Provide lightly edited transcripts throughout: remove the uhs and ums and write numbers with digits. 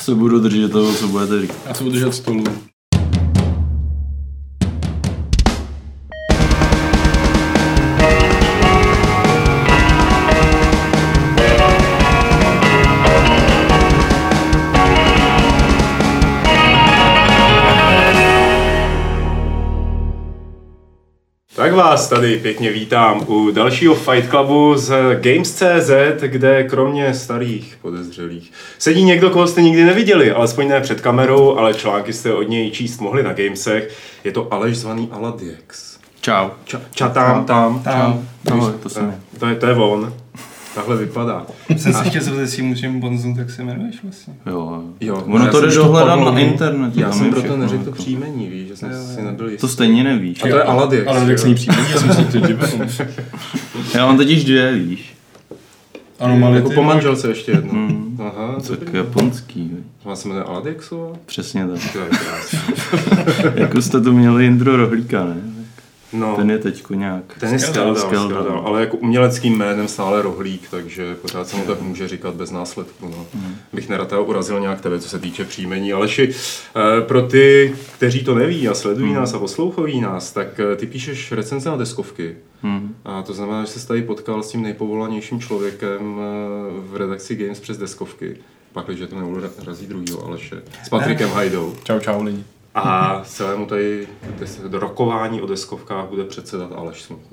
se budu držet toho, co budete říkat. Já se budu držet stolu. Tak vás tady pěkně vítám u dalšího Fight Clubu z Games.cz, kde kromě starých podezřelých sedí někdo, koho jste nikdy neviděli, alespoň ne před kamerou, ale články jste od něj číst mohli na Gamesech. Je to Aleš zvaný Aladiex. Čau. Tam. Ahoj, to jsem já. To je on. Takhle vypadá. Jsem se chtěl zeptat, jestli musím bonzum, tak se jmenuješ vlastně? Jo. Ono to jde dohledat na internetu. Já jsem proto neřekl to příjmení, víš, že jsem si nebyl jistý. To stejně nevíš. A to je Aladiex. Aladiex není příjmení, já jsem si to divil. Já mám totiž dvě, víš. Ano, jako po manželce ještě jedno. Aha, tak japonský. Má se jmenuje Aladiexova? Přesně tak. To je krásný. Jako jste tu měli Jindro Rohlíka, ne? No, ten je teďko nějak. Ten je Skeldal, ale jako uměleckým jménem stále Rohlík, takže pořád se mu tak může říkat bez následku. No. Bych nerad urazil nějak tebe, co se týče příjmení. Aleši, pro ty, kteří to neví a sledují nás a poslouchají nás, tak ty píšeš recenze na deskovky. A to znamená, že jsi tady potkal s tím nejpovolanějším člověkem v redakci Games přes deskovky. Pak, když to neurazí druhýho Aleše. S Patrikem Hajdou. Čau lidi. A celému tady rokování o deskovkách bude předsedat Aleš Smutný.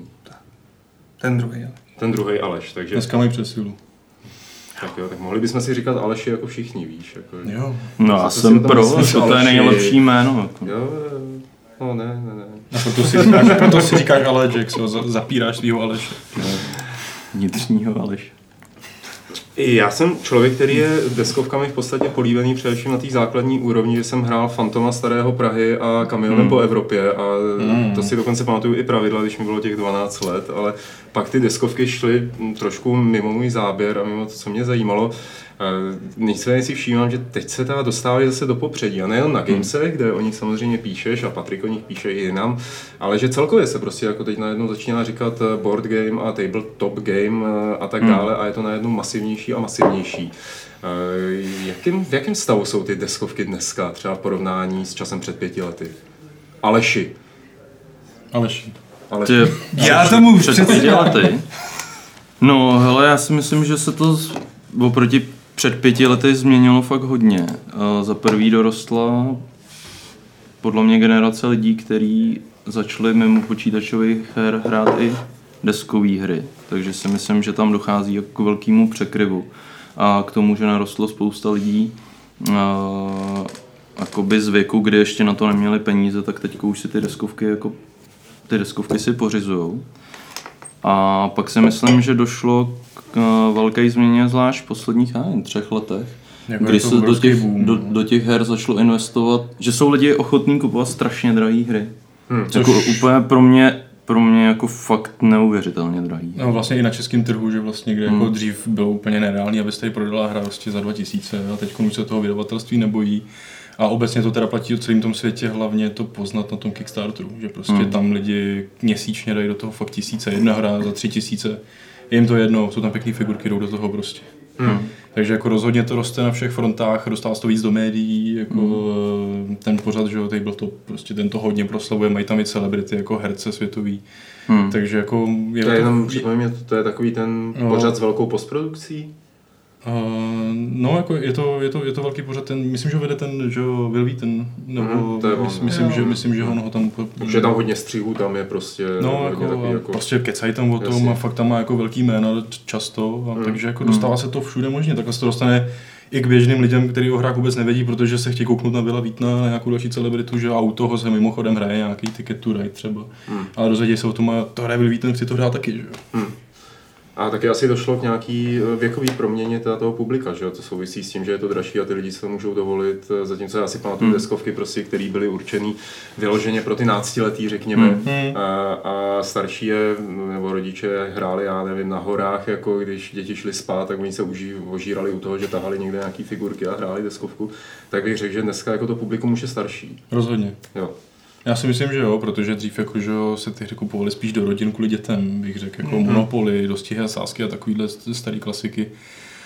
Ten druhý Aleš, takže... Dneska mají přesilu. Tak jo, tak mohli bychom si říkat Aleši jako všichni, víš. Jako, jo. No já jsem pro, to je nejlepší jméno. Jako. Jo, no ne. A proto si říkáš Aleš, zapíráš svýho Aleše. Vnitřního Aleše. Já jsem člověk, který je deskovkami v podstatě políbený především na té základní úrovni, že jsem hrál Fantoma Starého Prahy a Kamionem po Evropě a to si dokonce pamatuju i pravidla, když mi bylo těch 12 let, ale pak ty deskovky šly trošku mimo můj záběr a mimo to, co mě zajímalo. Nicméně si všímám, že teď se teda dostávají zase do popředí a nejen na Gamesech, kde o nich samozřejmě píšeš a Patrik o nich píše i jinam, ale že celkově se prostě jako teď najednou začíná říkat board game a tabletop game a tak dále a je to najednou masivnější a masivnější. V jakém stavu jsou ty deskovky dneska, třeba v porovnání s časem před 5 lety? Aleši. Já tomu před 5 lety. No hele, já si myslím, že se to oproti před 5 lety změnilo fakt hodně. Za prvý dorostla podle mě generace lidí, kteří začali mimo počítačových her hrát i deskové hry. Takže si myslím, že tam dochází k velkému překryvu. A k tomu, že narostlo spousta lidí jakoby z věku, kdy ještě na to neměli peníze, tak teď už si ty deskovky si pořizujou. A pak si myslím, že došlo k velké změně, zvlášť v posledních 3 letech, kdy se do těch her začalo investovat, že jsou lidi ochotní kupovat strašně drahé hry. Jako úplně pro mě jako fakt neuvěřitelně drahý. No vlastně i na českém trhu, že vlastně kde jako dřív bylo úplně nereálný, abyste tady prodala hra vlastně za 2000 a teď už se toho vydavatelství nebojí. A obecně to teda platí o celém tom světě, hlavně to poznat na tom Kickstarteru, že prostě tam lidi měsíčně dají do toho fakt 1001 hra za 3000, je jim to jedno, jsou tam pěkný figurky, jdou do toho prostě. Takže jako rozhodně to roste na všech frontách, dostává se to víc do médií, jako ten pořad, že jo, teď byl to prostě tento hodně proslavuje, mají tam i celebrity jako herce světový. Takže jako to je takový ten pořad s velkou postprodukcí. No, jako je to velký pořad, myslím, že vede ten, že Will Wheaton, nebo myslím, že ho tam... Že tam hodně střihů, tam je prostě... No, jako prostě kecají tam o tom a fakt tam má jako velký jména často, takže jako dostává se to všude možně, takhle se to dostane i k běžným lidem, kteří o hrách vůbec nevědí, protože se chtějí kouknout na Willa Wheatona, na nějakou další celebritu, že u toho se mimochodem hraje nějaký Ticket to Ride třeba, ale dozvědí se o tom a to hraje Will Wheaton, chci to hrát taky, že jo. A taky asi došlo k nějaký věkový proměně toho publika, že jo? To souvisí s tím, že je to dražší a ty lidi se to můžou dovolit, zatímco já si pamatuju deskovky, prostě, které byly určený vyloženě pro ty 12letý, řekněme, a starší je, nebo rodiče hráli, já nevím, na horách, jako když děti šly spát, tak oni se ožírali u toho, že tahali někde nějaký figurky a hráli deskovku, tak bych řekl, že dneska jako to publikum už je starší. Rozhodně. Jo. Já si myslím, že jo, protože dřív jako, že se ty hry kupovaly spíš do rodin kvůli dětem, bych řekl, jako Monopoly, Dostihy a sázky a takovýhle starý klasiky.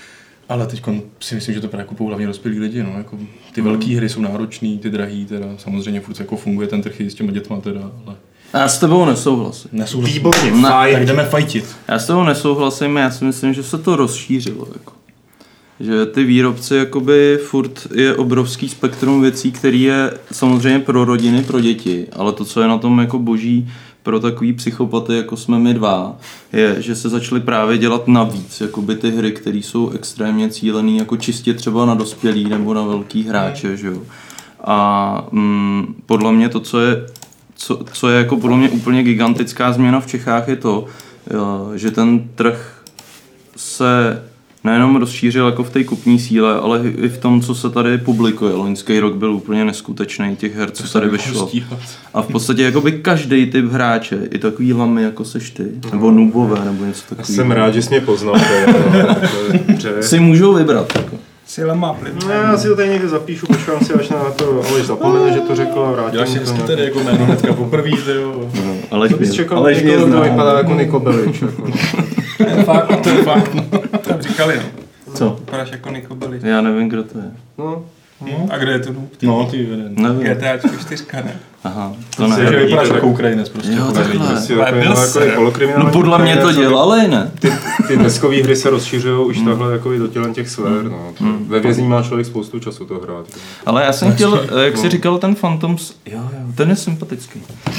Ale teď si myslím, že to právě kupují hlavně dospělí lidi, no, jako ty velké hry jsou náročný, ty drahý, teda samozřejmě furt jako funguje ten trh i s těma dětma teda, ale... Já s tebou nesouhlasím. Výborně, tak jdeme fightit. Já s tebou nesouhlasím, já si myslím, že se to rozšířilo, jako. Že ty výrobci, jakoby furt je obrovský spektrum věcí, který je samozřejmě pro rodiny, pro děti, ale to, co je na tom jako boží pro takový psychopaty, jako jsme my dva, je, že se začaly právě dělat navíc, jakoby ty hry, které jsou extrémně cílený, jako čistě třeba na dospělý nebo na velký hráče, že jo. A podle mě to, co je jako podle mě úplně gigantická změna v Čechách, je to, že ten trh se nejenom rozšířil jako v té kupní síle, ale i v tom, co se tady publikuje. Loňský rok byl úplně neskutečný, těch her, co tady vyšlo. A v podstatě jakoby každý typ hráče, i takový lamy, jako seš ty, nebo nubové, nebo něco takového. Jsem rád, že jsi mě poznal. Si můžou vybrat. Jako. Si lama plyn. No, já si to tady někde zapíšu, počkám si, až na to Aleš zapomene, že to řekl a vrátím. Děláš si hezky tady jako jméno hnedka poprvé, jo. Aleš bys čekal, že to vypadá jako Niko Bellic. To je fakt. To říkali, no. Co? Vypadáš jako Niko Bellic. Já nevím, kdo to je. No. A kde je to? No, ty jeden. Nevím. GTAčko 4, ne? Aha, to ne. Že vypadáš jako Ukrajinec prostě. Jo, takhle. No podle mě to dělali, ne? Ty deskové hry se rozšiřují už takhle jako i do těch sfér. Ve vězení má člověk spoustu času to hrát. Ale já jsem chtěl, jak jsi říkal, ten Phantoms, jo, ten je sympatický.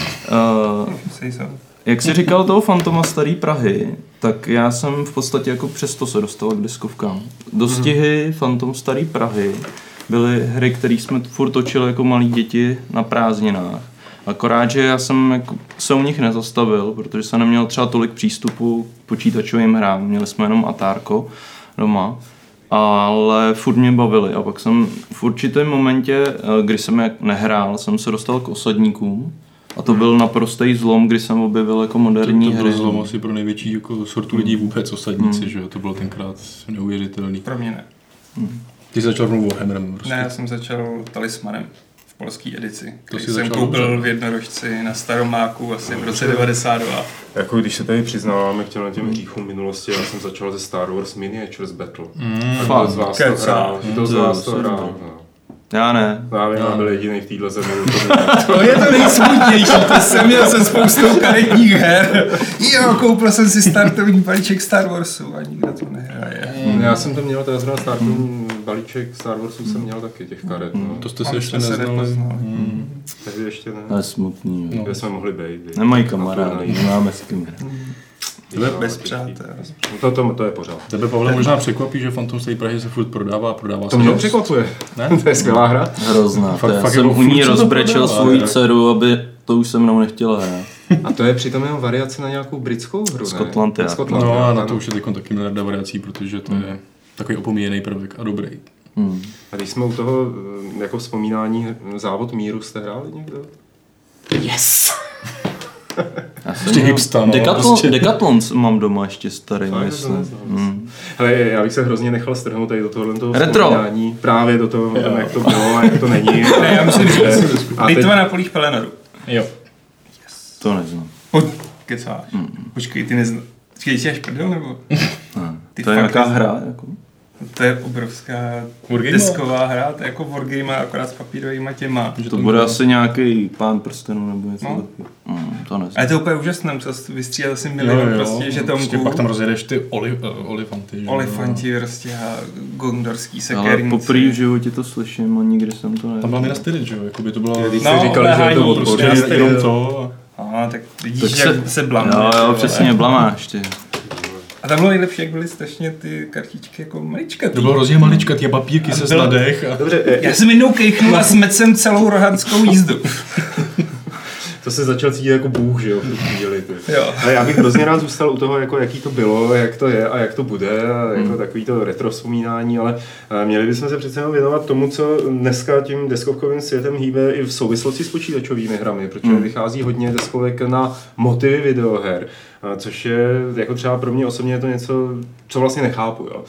Jak jsi říkal toho Fantoma Starý Prahy, tak já jsem v podstatě jako přesto se dostal k deskovkám. Dostihy Phantom Starý Prahy byly hry, které jsme furt točili jako malí děti na prázdninách. Akorát, že já jsem jako se u nich nezastavil, protože jsem neměl třeba tolik přístupu k počítačovým hrám. Měli jsme jenom Atárko doma, ale furt mě bavili. A pak jsem v určitém momentě, kdy jsem je nehrál, jsem se dostal k Osadníkům. A to byl naprostý zlom, kdy jsem objevil jako moderní hry. To byl zlom asi pro největší jako sortu lidí vůbec, Osadníci, že jo? To bylo tenkrát neuvěřitelný. Pro mě ne. Ty jsi začal rovnou Warhammerem prostě. Ne, já jsem začal Talismanem v polské edici, který jsem koupil v jednorožci na Staromáku asi v roce 92. Jako když se tady přiznáváme k těm hříchům minulosti, já jsem začal ze Star Wars Miniatures Battle. Fakt. Kdo z vás to hrál? Já ne. Já byl jediný v téhle zemi. To je to nejsmutnější, to jsem měl se spoustou karetních her. Jo, koupil jsem si startovní balíček Star Warsu a nikdo to nehraje. Já jsem to měl, teda zrovna startovní balíček Star Warsu jsem měl taky těch karet. No. To jste se ještě neznali. Takže ještě ne. To je smutný. No. Kde jsme mohli být. Nemají kamarády, nemáme s kým. Bez přátel. To je pořád. Tebe, Pavle, možná překvapí, že Phantom Starý Prahy se furt prodává To mě překvapuje. Ne? To je skvělá hra. Hrozná. Já jsem u ní rozbrečel svoji dceru, aby to už se mnou nechtěla hrát. A to je přitom jenom variace na nějakou britskou hru, ne? Scotland. No a na to už je taky miliarda variací, protože to je takový opomíjený prvek a dobrý. A když jsme u toho jako vzpomínání Závod míru, jste hráli někdo? Yes! Decathlon mám doma ještě starý, myslím. Hele, já bych se hrozně nechal strhnout tady do tohohle vzpomínání. Právě do toho, jak to bylo a jak to není. Ne, já musím říct, bitva na polích Pelenaru. Jo. To neznám. Kecáš. Počkej, ty neznáš. Počkej, jsi až prdel, nebo? To je nějaká hra, jako? To je obrovská desková hra, to je jako wargame, akorát s papírovýma těma. To bude asi nějaký Pán prstenů nebo něco takového. To neznám. A je to úplně úžasné, musel vystřídat asi milion prostě, že prostě pak tam rozjedeš ty olifanty. Olifanti prostě a gondorský sekerníci. Ale poprvé v životě to slyším a nikdy jsem to nevěděl. Tam byla Minas Tirith, že jo? Jakoby to bylo... Když jsi říkal, že je to prostě jenom to. Tak vidíš, jak se blamuješ. Jo, přesně, blamáš ty. A tam bylo nejlepší, jak byly strašně ty kartičky jako maličkatý. To bylo hrozně maličkatý a papírky se sladech. Dobře, já jsem jednou kejchnul a smetl jsem celou rohanskou jízdu. To se začal cítit jako bůh, že jo, v tu chvíli. Jo. Ale já bych hrozně rád zůstal u toho, jako jaký to bylo, jak to je a jak to bude, a jako takový to retro vzpomínání, ale měli bychom se přece věnovat tomu, co dneska tím deskovkovým světem hýbe i v souvislosti s počítačovými hrami, protože vychází hodně deskovek na motivy videoher, což je jako třeba pro mě osobně je to něco, co vlastně nechápu. Jo.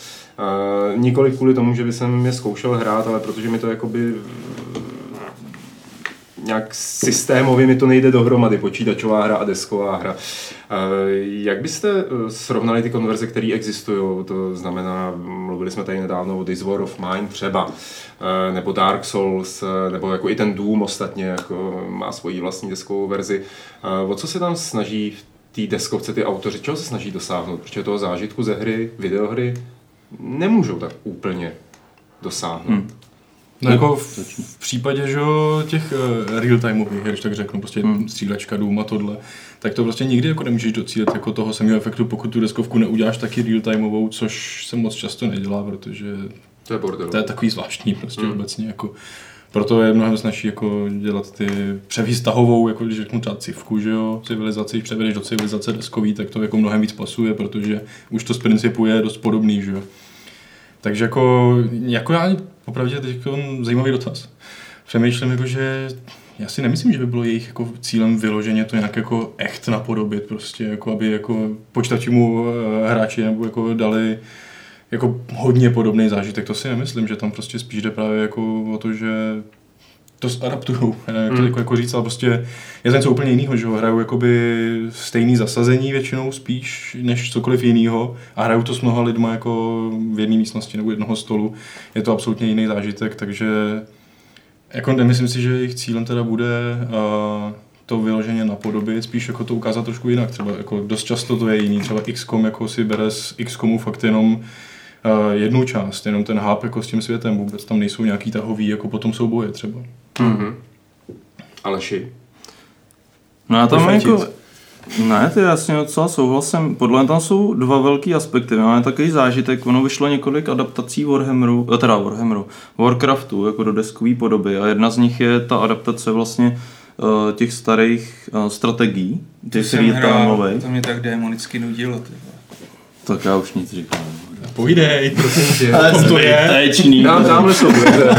Nikoliv kvůli tomu, že bych je zkoušel hrát, ale protože mi to jakoby nějak systémově mi to nejde dohromady, počítačová hra a desková hra. Jak byste srovnali ty konverze, které existují? To znamená, mluvili jsme tady nedávno o This War of Mine třeba, nebo Dark Souls, nebo jako i ten Doom ostatně jako má svoji vlastní deskovou verzi. O co se tam snaží v té deskovce ty autoři, čeho se snaží dosáhnout? Protože toho zážitku ze hry, videohry nemůžou tak úplně dosáhnout. No jako v případě, že těch real-timeových her, když tak řeknu, prostě střílečka, Doom a tohle, tak to prostě nikdy jako nemůžeš docílit jako toho samého efektu, pokud tu deskovku neuděláš taky real-timeovou, což se moc často nedělá, protože to je takový zvláštní prostě obecně jako. Proto je mnohem snažší jako dělat ty převýstahovou, jako když řeknu třeba civku, že jo, civilizaci, když převedeš do civilizace deskový, tak to jako mnohem víc pasuje, protože už to z principu je dost podobný, že jo. Takže jako já opravdu teď zajímavý dotaz. Přemýšlím jako, že já si nemyslím, že by bylo jejich jako cílem vyloženě to nějak jako echt napodobit prostě, jako aby jako počítačímu hráči nebo jako dali jako hodně podobný zážitek, to si nemyslím, že tam prostě spíš jde právě jako o to, že to adaptujou, jak to jako říct, ale prostě je to něco úplně jiného, že hrajou jakoby stejný zasazení většinou spíš než cokoliv jinýho a hrajou to s mnoha lidma jako v jedné místnosti nebo jednoho stolu, je to absolutně jiný zážitek, takže jako nemyslím si, že jejich cílem teda bude to vyloženě napodobit, spíš jako to ukázat trošku jinak, třeba jako dost často to je jiný, třeba XCOM jako si bere z XCOMu fakt jenom jednu část, jenom ten hub jako s tím světem, vůbec tam nejsou nějaký tahový jako potom souboje třeba. Aleši? No já tam jako, ne, to je jasně docela souhlasím, podle mě tam jsou dva velký aspekty, máme takový zážitek, ono vyšlo několik adaptací Warcraftu jako do deskové podoby a jedna z nich je ta adaptace vlastně těch starých strategií, těch real-timeových. To mě tak démonicky nudilo. Tak já už nic říkám. Povídej, prosím tě. Ale to je téčný. Tamhle jsou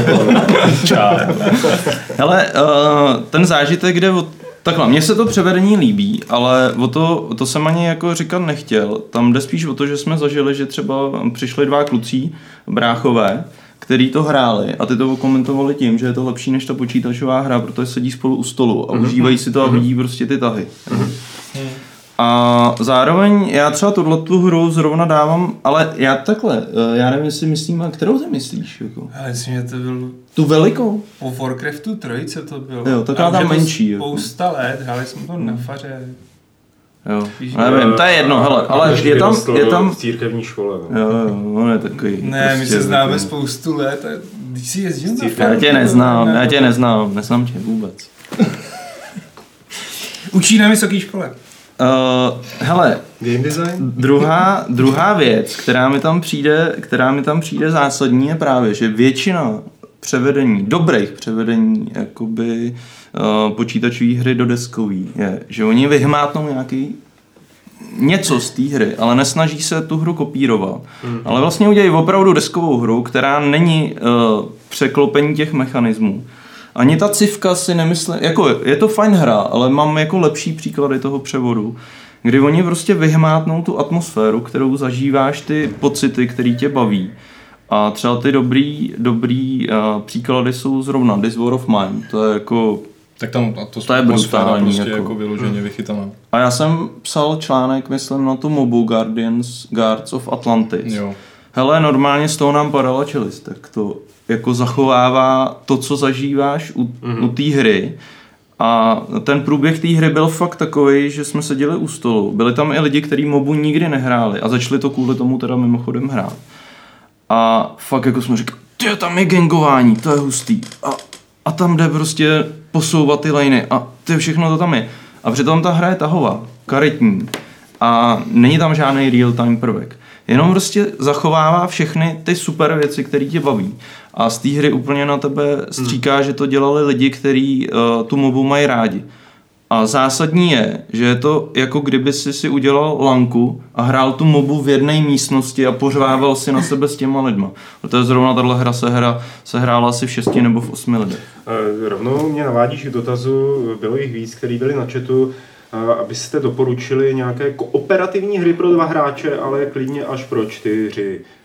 Hele, ten zážitek jde o... Takhle, mně se to převedení líbí, ale to jsem ani jako říkat nechtěl. Tam jde spíš o to, že jsme zažili, že třeba přišli dva kluci, bráchové, který to hráli a ty to komentovali tím, že je to lepší než ta počítačová hra, protože sedí spolu u stolu a užívají si to a vidí prostě ty tahy. A zároveň já třeba tu hru zrovna dávám, ale já nevím, jestli myslím, a kterou ty myslíš? Jako? Já myslím, že to byl... Tu velikou? Po Warcraftu 3 to bylo. Jo, taková tam menší. Spousta let, hráli jsme to na faře. Jo, nevím, to je jedno, hele, ale je tam... v církevní škole. No. Jo, on je takový... Ne, prostě my se známe spoustu let a když jsi jezdil na faru... Já tě neznám tě vůbec. Učí na vysoké škole. Hele, game design? Druhá věc, která mi tam přijde zásadní, je právě, že většina dobrých převedení jakoby počítačové hry do deskový je, že oni vyhmátnou něco z té hry, ale nesnaží se tu hru kopírovat. Ale vlastně udělají opravdu deskovou hru, která není překlopení těch mechanismů. Ani ta civka si nemyslím, jako je to fajn hra, ale mám jako lepší příklady toho převodu, kdy oni prostě vyhmátnou tu atmosféru, kterou zažíváš, ty pocity, který tě baví. A třeba ty dobrý příklady jsou zrovna This War of Mine, to je jako... Tak tam to je brutální, prostě jako vyloženě vychytaná. A já jsem psal článek, myslím, na tu mobu Guards of Atlantis. Jo. Hele, normálně z toho nám padala čelist, tak to jako zachovává to, co zažíváš u té hry. A ten průběh té hry byl fakt takový, že jsme seděli u stolu. Byli tam i lidi, kteří mobu nikdy nehráli a začali to kvůli tomu teda mimochodem hrát. A fakt jako jsme říkali, tam je gangování, to je hustý. A tam jde prostě posouvat ty lejny a všechno to tam je. A přitom ta hra je tahová, karetní a není tam žádný real-time prvek. Jenom prostě zachovává všechny ty super věci, které tě baví. A z té hry úplně na tebe stříká, že to dělali lidi, kteří tu mobu mají rádi. A zásadní je, že je to jako kdyby si udělal lanku a hrál tu mobu v jedné místnosti a pořvával si na sebe s těma lidma. Protože zrovna tahle hra se hrála asi v 6 nebo v 8 lidech. Rovnou mě navádíš k dotazu, bylo jich víc, který byli na chatu, abyste doporučili nějaké kooperativní hry pro 2 hráče, ale klidně až pro 4.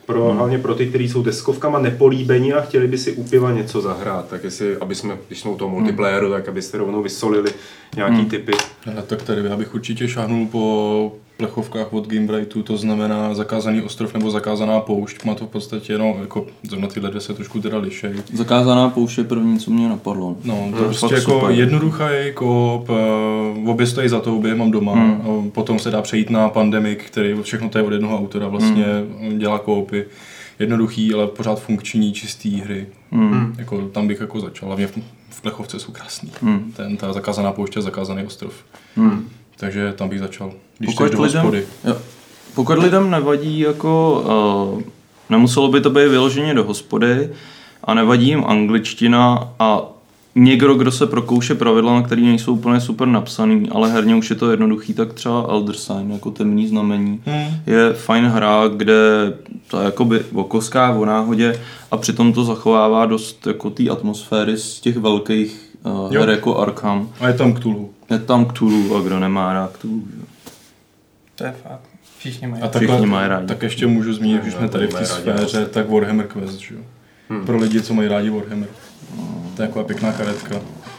hlavně pro ty, kteří jsou deskovkama nepolíbení a chtěli by si u piva něco zahrát, tak jestli, když jsme u toho multiplayeru, tak abyste rovnou vysolili nějaký typy. Tak tady já bych určitě šáhnul po plechovkách od Gamebrightu, to znamená Zakázaný ostrov nebo Zakázaná poušť. Má to v podstatě, jako zrovna tyhle dvě se trošku teda lišej. Zakázaná poušť je první, co mě napadlo. No, to prostě jako jednoduchý koop, obě stojí za to, obě mám doma. Potom se dá přejít na Pandemic, který všechno to je od jednoho autora, vlastně dělá koopy. Jednoduchý, ale pořád funkční, čistý hry. Jako, tam bych jako začal, hlavně v plechovce jsou krásný. Ta Zakázaná poušť a Zakázaný ostrov. Takže tam bych začal, když jdeš do hospody. Pokud lidem nevadí, jako nemuselo by to být vyloženě do hospody a nevadí jim angličtina a někdo, kdo se prokouše pravidla, na který nejsou úplně super napsaný, ale herně už je to jednoduchý, tak třeba Elder Sign, jako Temný znamení, je fajn hra, kde to je jakoby okoská o náhodě a přitom to zachovává dost jako té atmosféry z těch velkých her jako Arkham. A je tam Cthulhu. Je tam Cthulhu a kdo nemá rád Cthulhu. To je fakt. Všichni mají. A takhle, mají rádi. Tak ještě můžu zmínit, že jsme tady v té sféře, tak Warhammer Quest, že jo. Pro lidi, co mají rádi Warhammer. To je taková pěkná karetka.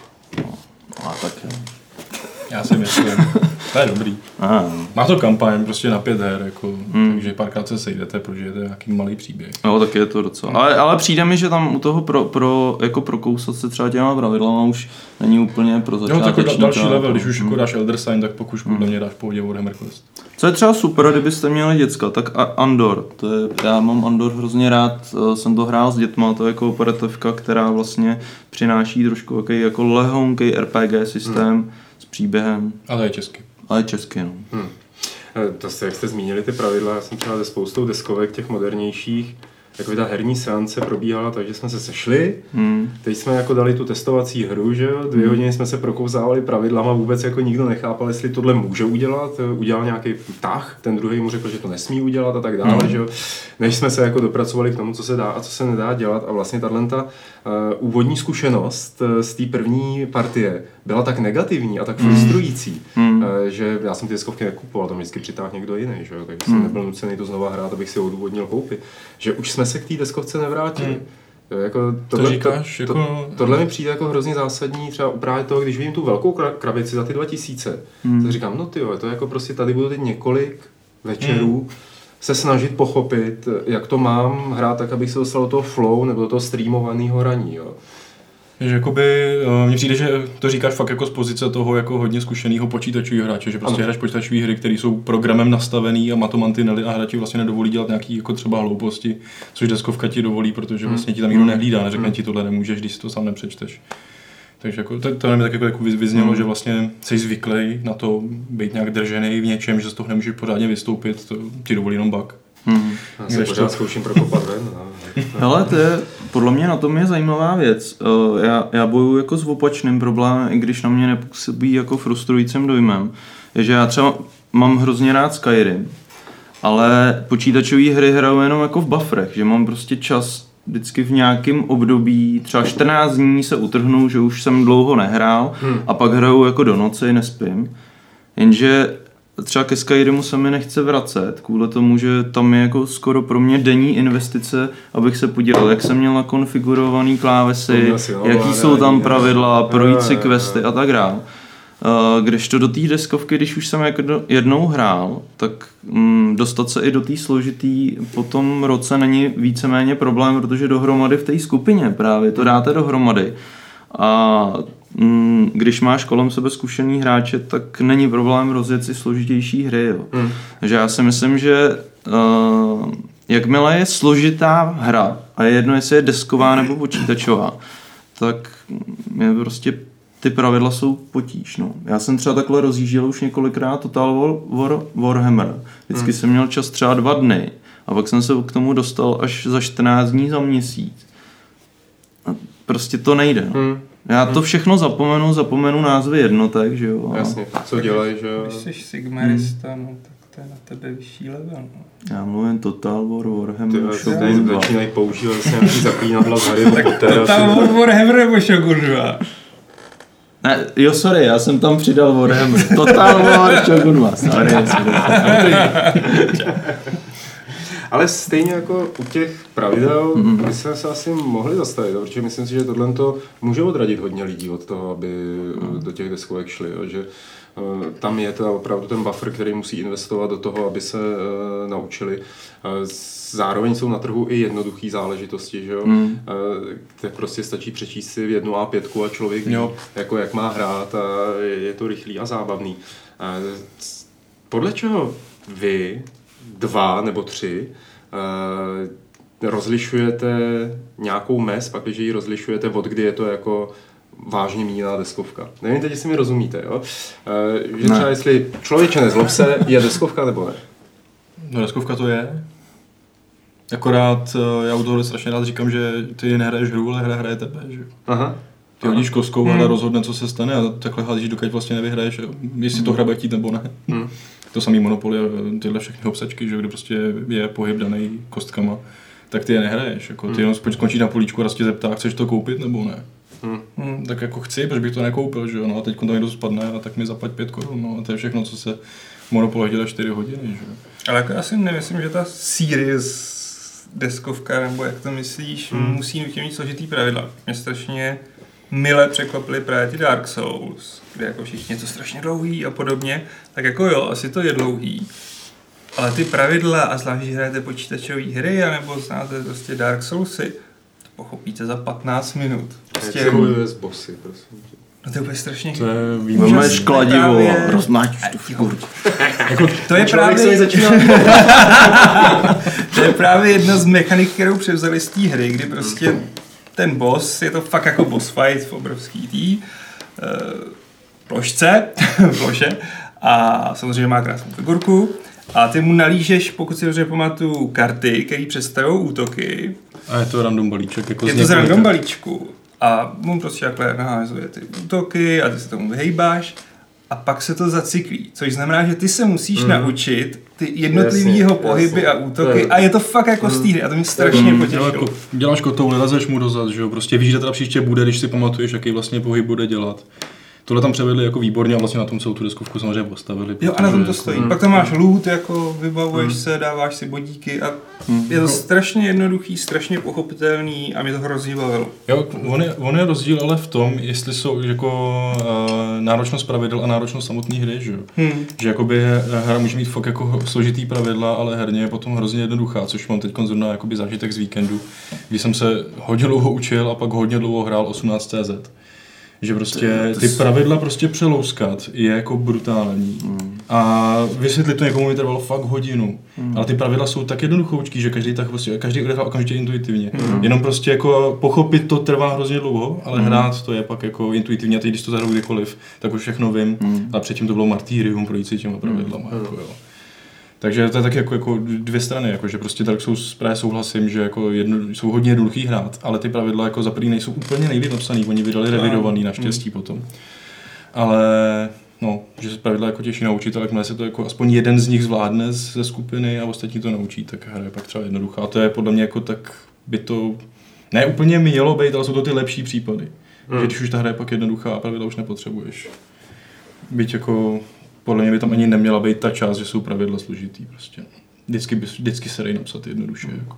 A tak jo. Já si myslím, to je dobrý. Má to kampaň prostě na 5 her, jako, takže párkrát se sejdete, prožijete nějaký malý příběh. No, tak je to docela. Ale přijde mi, že tam u toho jako prokousat se třeba těma pravidlama už není úplně pro začátečníka. No, tak další level, když už jako dáš Elder Sign, tak pokud podle mě dáš v pohodě Warhammer Quest. Co je třeba super, kdybyste měli děcka, tak Andor. Já mám Andor hrozně rád, jsem to hrál s dětma, to je jako operativka, která vlastně přináší trošku jako lehounký RPG systém s příběhem. Ale je česky. Ale česky, no. To jak jste zmínili ty pravidla, já jsem třeba se spoustou deskovek těch modernějších, jako ta herní seance probíhala, takže jsme se sešli, teď jsme jako dali tu testovací hru, že jo, 2 hodiny jsme se prokouzávali pravidlama, vůbec jako nikdo nechápal, jestli tohle může udělat, udělal nějaký tah, ten druhý mu řekl, že to nesmí udělat a tak dále, že jo, než jsme se jako dopracovali k tomu, co se dá a co se nedá dělat a vlastně tato úvodní zkušenost z té první partie byla tak negativní a tak frustrující, že já jsem ty deskovky nekupoval, tam vždycky přitáhl někdo jiný, že jo, takže jsem nebyl nucený to znova hrát, abych si odůvodnil koupy, že už jsme se k té deskovce nevrátili. Jako tohle mi přijde jako hrozně zásadní, třeba právě toho, když vidím tu velkou krabici za ty 2000, tak říkám, no tyjo, to jako prostě tady budu teď několik večerů se snažit pochopit, jak to mám hrát tak, abych se dostal do toho flow nebo do toho streamovaného hraní, jo. Že jakoby, mně přijde, že to říkáš fakt jako z pozice toho jako hodně zkušeného počítačového hráče, že prostě hraješ počítačové hry, které jsou programem nastavený a má to mantinely a hráči vlastně nedovolí dělat nějaký jako třeba hlouposti, což deskovka ti dovolí, protože vlastně ti tam nikdo nehlídá, neřekne ti tohle nemůžeš, když si to sám nepřečteš. Takže jako, to mi tak jako vyznělo, že vlastně jsi zvyklý na to být nějak držený v něčem, že z toho nemůžeš pořádně vystoupit, to ti dovolí jenom bug. Já se pořád zkouším prokopat ven. Hele, to je, podle mě na tom je zajímavá věc. Já bojuju jako s opačným problémem, i když na mě nepůsobí jako frustrujícím dojmem, je, že já třeba mám hrozně rád Skyrim, ale počítačové hry hraju jenom jako v bufferech, že mám prostě čas vždycky v nějakém období, třeba 14 dní se utrhnu, že už jsem dlouho nehrál a pak hraju jako do noci, nespím. Jenže třeba ke Skyrimu se mi nechce vracet, kvůli tomu, že tam je jako skoro pro mě denní investice, abych se podíval, jak jsem měl nakonfigurovaný klávesy, jaký jsou tam pravidla, projít si questy a tak dále. Kdežto do té deskovky, když už jsem jako jednou hrál, tak dostat se i do té složitý po tom roce není víceméně problém, protože dohromady v té skupině právě to dáte dohromady. A když máš kolem sebe zkušený hráče, tak není problém rozjet si složitější hry. Jo. Takže já si myslím, že jakmile je složitá hra a je jedno, jestli je desková nebo počítačová, tak je prostě ty pravidla jsou potíž. No. Já jsem třeba takhle rozjížděl už několikrát Total Warhammer. Vždycky jsem měl čas třeba 2 dny a pak jsem se k tomu dostal až za 14 dní za měsíc. A prostě to nejde. No. Já to všechno zapomenu názvy jednotek, že jo. Jasně, co dělají, že jo. Když jsi sigmarista, no, tak to je na tebe vyšší level, no. Já mluvím Total Warhammer, Shogun 2. Ty začínají používat nějaký zaklínadla z Harryho Pottera. Total Warhammer nebo Shogun 2? Ne, jo, sorry, já jsem tam přidal Warhammer. Total War Shogun 2, sorry. Ale stejně jako u těch pravidel bychom se asi mohli zastavit, protože myslím si, že tohle to může odradit hodně lidí od toho, aby do těch deskovek šli, jo, že tam je to opravdu ten buffer, který musí investovat do toho, aby se naučili. Zároveň jsou na trhu i jednoduché záležitosti, že jo? Tak prostě stačí přečíst si 1 A5 a člověk ví, jako jak má hrát a je to rychlý a zábavný. Podle čeho vy, 2 nebo 3, rozlišujete nějakou mez, pak když ji rozlišujete, od kdy je to jako vážně míněná deskovka. Nevím teď, jestli mi rozumíte, jo? Že třeba jestli člověče nezlob se, je deskovka nebo ne? No deskovka to je. Akorát já u tohle strašně rád říkám, že ty nehraješ hru, ale hra hraje tebe, že? Aha. Ty hodíš kostkou a hra rozhodne, co se stane a takhle hádíš, dokud vlastně nevyhraješ, jestli to hra bude chtít nebo ne. To samý Monopoly a tyhle všechny obsačky, že kde prostě je pohyb daný kostkama, tak ty je nehraješ. Jako, ty jenom skončíš na políčku a raz tě zeptá, chceš to koupit nebo ne. Tak jako chci, protože bych to nekoupil, že jo, no a teď to někdo spadne a tak mi zaplať 5 korun, no a to je všechno, co se Monopoly dělá 4 hodiny, že jo. Ale jako já si nemyslím, že ta series deskovka, nebo jak to myslíš, musí nutně mít složitý pravidla. Mě strašně mile překvapily právě ty Dark Souls, kde jako všichni je to strašně dlouhý a podobně, tak jako jo, asi to je dlouhý. Ale ty pravidla, a zvlášť, že hrajete počítačové hry, anebo znáte prostě Dark Soulsy, to pochopíte za 15 minut. Prostě jak se bojuje s bossy, prosím tě. No to je úplně strašně... To je Máš kladivo a rozmáčíš tu figuru. To je to je právě jedna z mechanik, kterou převzali z té hry, kdy prostě ten boss, je to fakt jako boss fight v obrovský ploše a samozřejmě má krásnou figurku a ty mu nalížeš, pokud si dobře pamatuju, karty, které představují útoky. A je to random balíček. Jako je to z random balíčku. A on prostě takhle naházuje ty útoky a ty se tomu vyhejbáš a pak se to zacyklí, což znamená, že ty se musíš naučit ty jednotlivýho pohyby a útoky a je to fakt jako z té hry a to mě strašně potěšilo. Jako, děláš kotou, nelezeš mu dozad, že jo, prostě víš, že teda příště bude, když si pamatuješ, jaký vlastně pohyb bude dělat. Tohle tam převedli jako výborně a vlastně na tom celou tu deskovku samozřejmě postavili. Jo a na tom to stojí. Pak tam máš loot, jako vybavuješ se, dáváš si bodíky a je to strašně jednoduchý, strašně pochopitelný a mě to hrozně bavilo. Jo, on je rozdíl ale v tom, jestli jsou jako náročnost pravidel a náročnost samotné hry, že jo. Že jakoby hra může mít fakt jako složitý pravidla, ale herně je potom hrozně jednoduchá, což mám teď zrovna jakoby zážitek z víkendu, kdy jsem se hodně dlouho učil a pak hodně dlouho hrál 18CZ. Že prostě ty pravidla prostě přelouskat je jako brutální. A vysvětlit to někomu mi trvalo fakt hodinu. Ale ty pravidla jsou tak jednoduchoučký, že každý odehrál okamžitě intuitivně. Jenom prostě jako pochopit to trvá hrozně dlouho, ale hrát to je pak jako intuitivně. A teď když to zahraju kdykoliv, tak už všechno vím. A předtím to bylo martýrium projít si těma pravidlama. Jako, jo. Takže to je tak jako dvě strany, jako, že prostě tak právě souhlasím, že jako jsou hodně jednoduchý hrát, ale ty pravidla jako za první nejsou úplně nejlíp napsaný, oni vydali revidovaný naštěstí potom. Ale no, že se pravidla jako těžší naučit, ale jakmile se to jako aspoň jeden z nich zvládne ze skupiny a ostatní to naučí, tak hra je pak třeba jednoduchá. A to je podle mě jako tak by to ne úplně mělo být, ale jsou to ty lepší případy. Že když už ta hra je pak jednoduchá a pravidla už nepotřebuješ. Byť jako podle mě by tam ani neměla být ta část, že jsou pravidla složitý prostě. Vždycky se dají napsat jednoduše. Jako.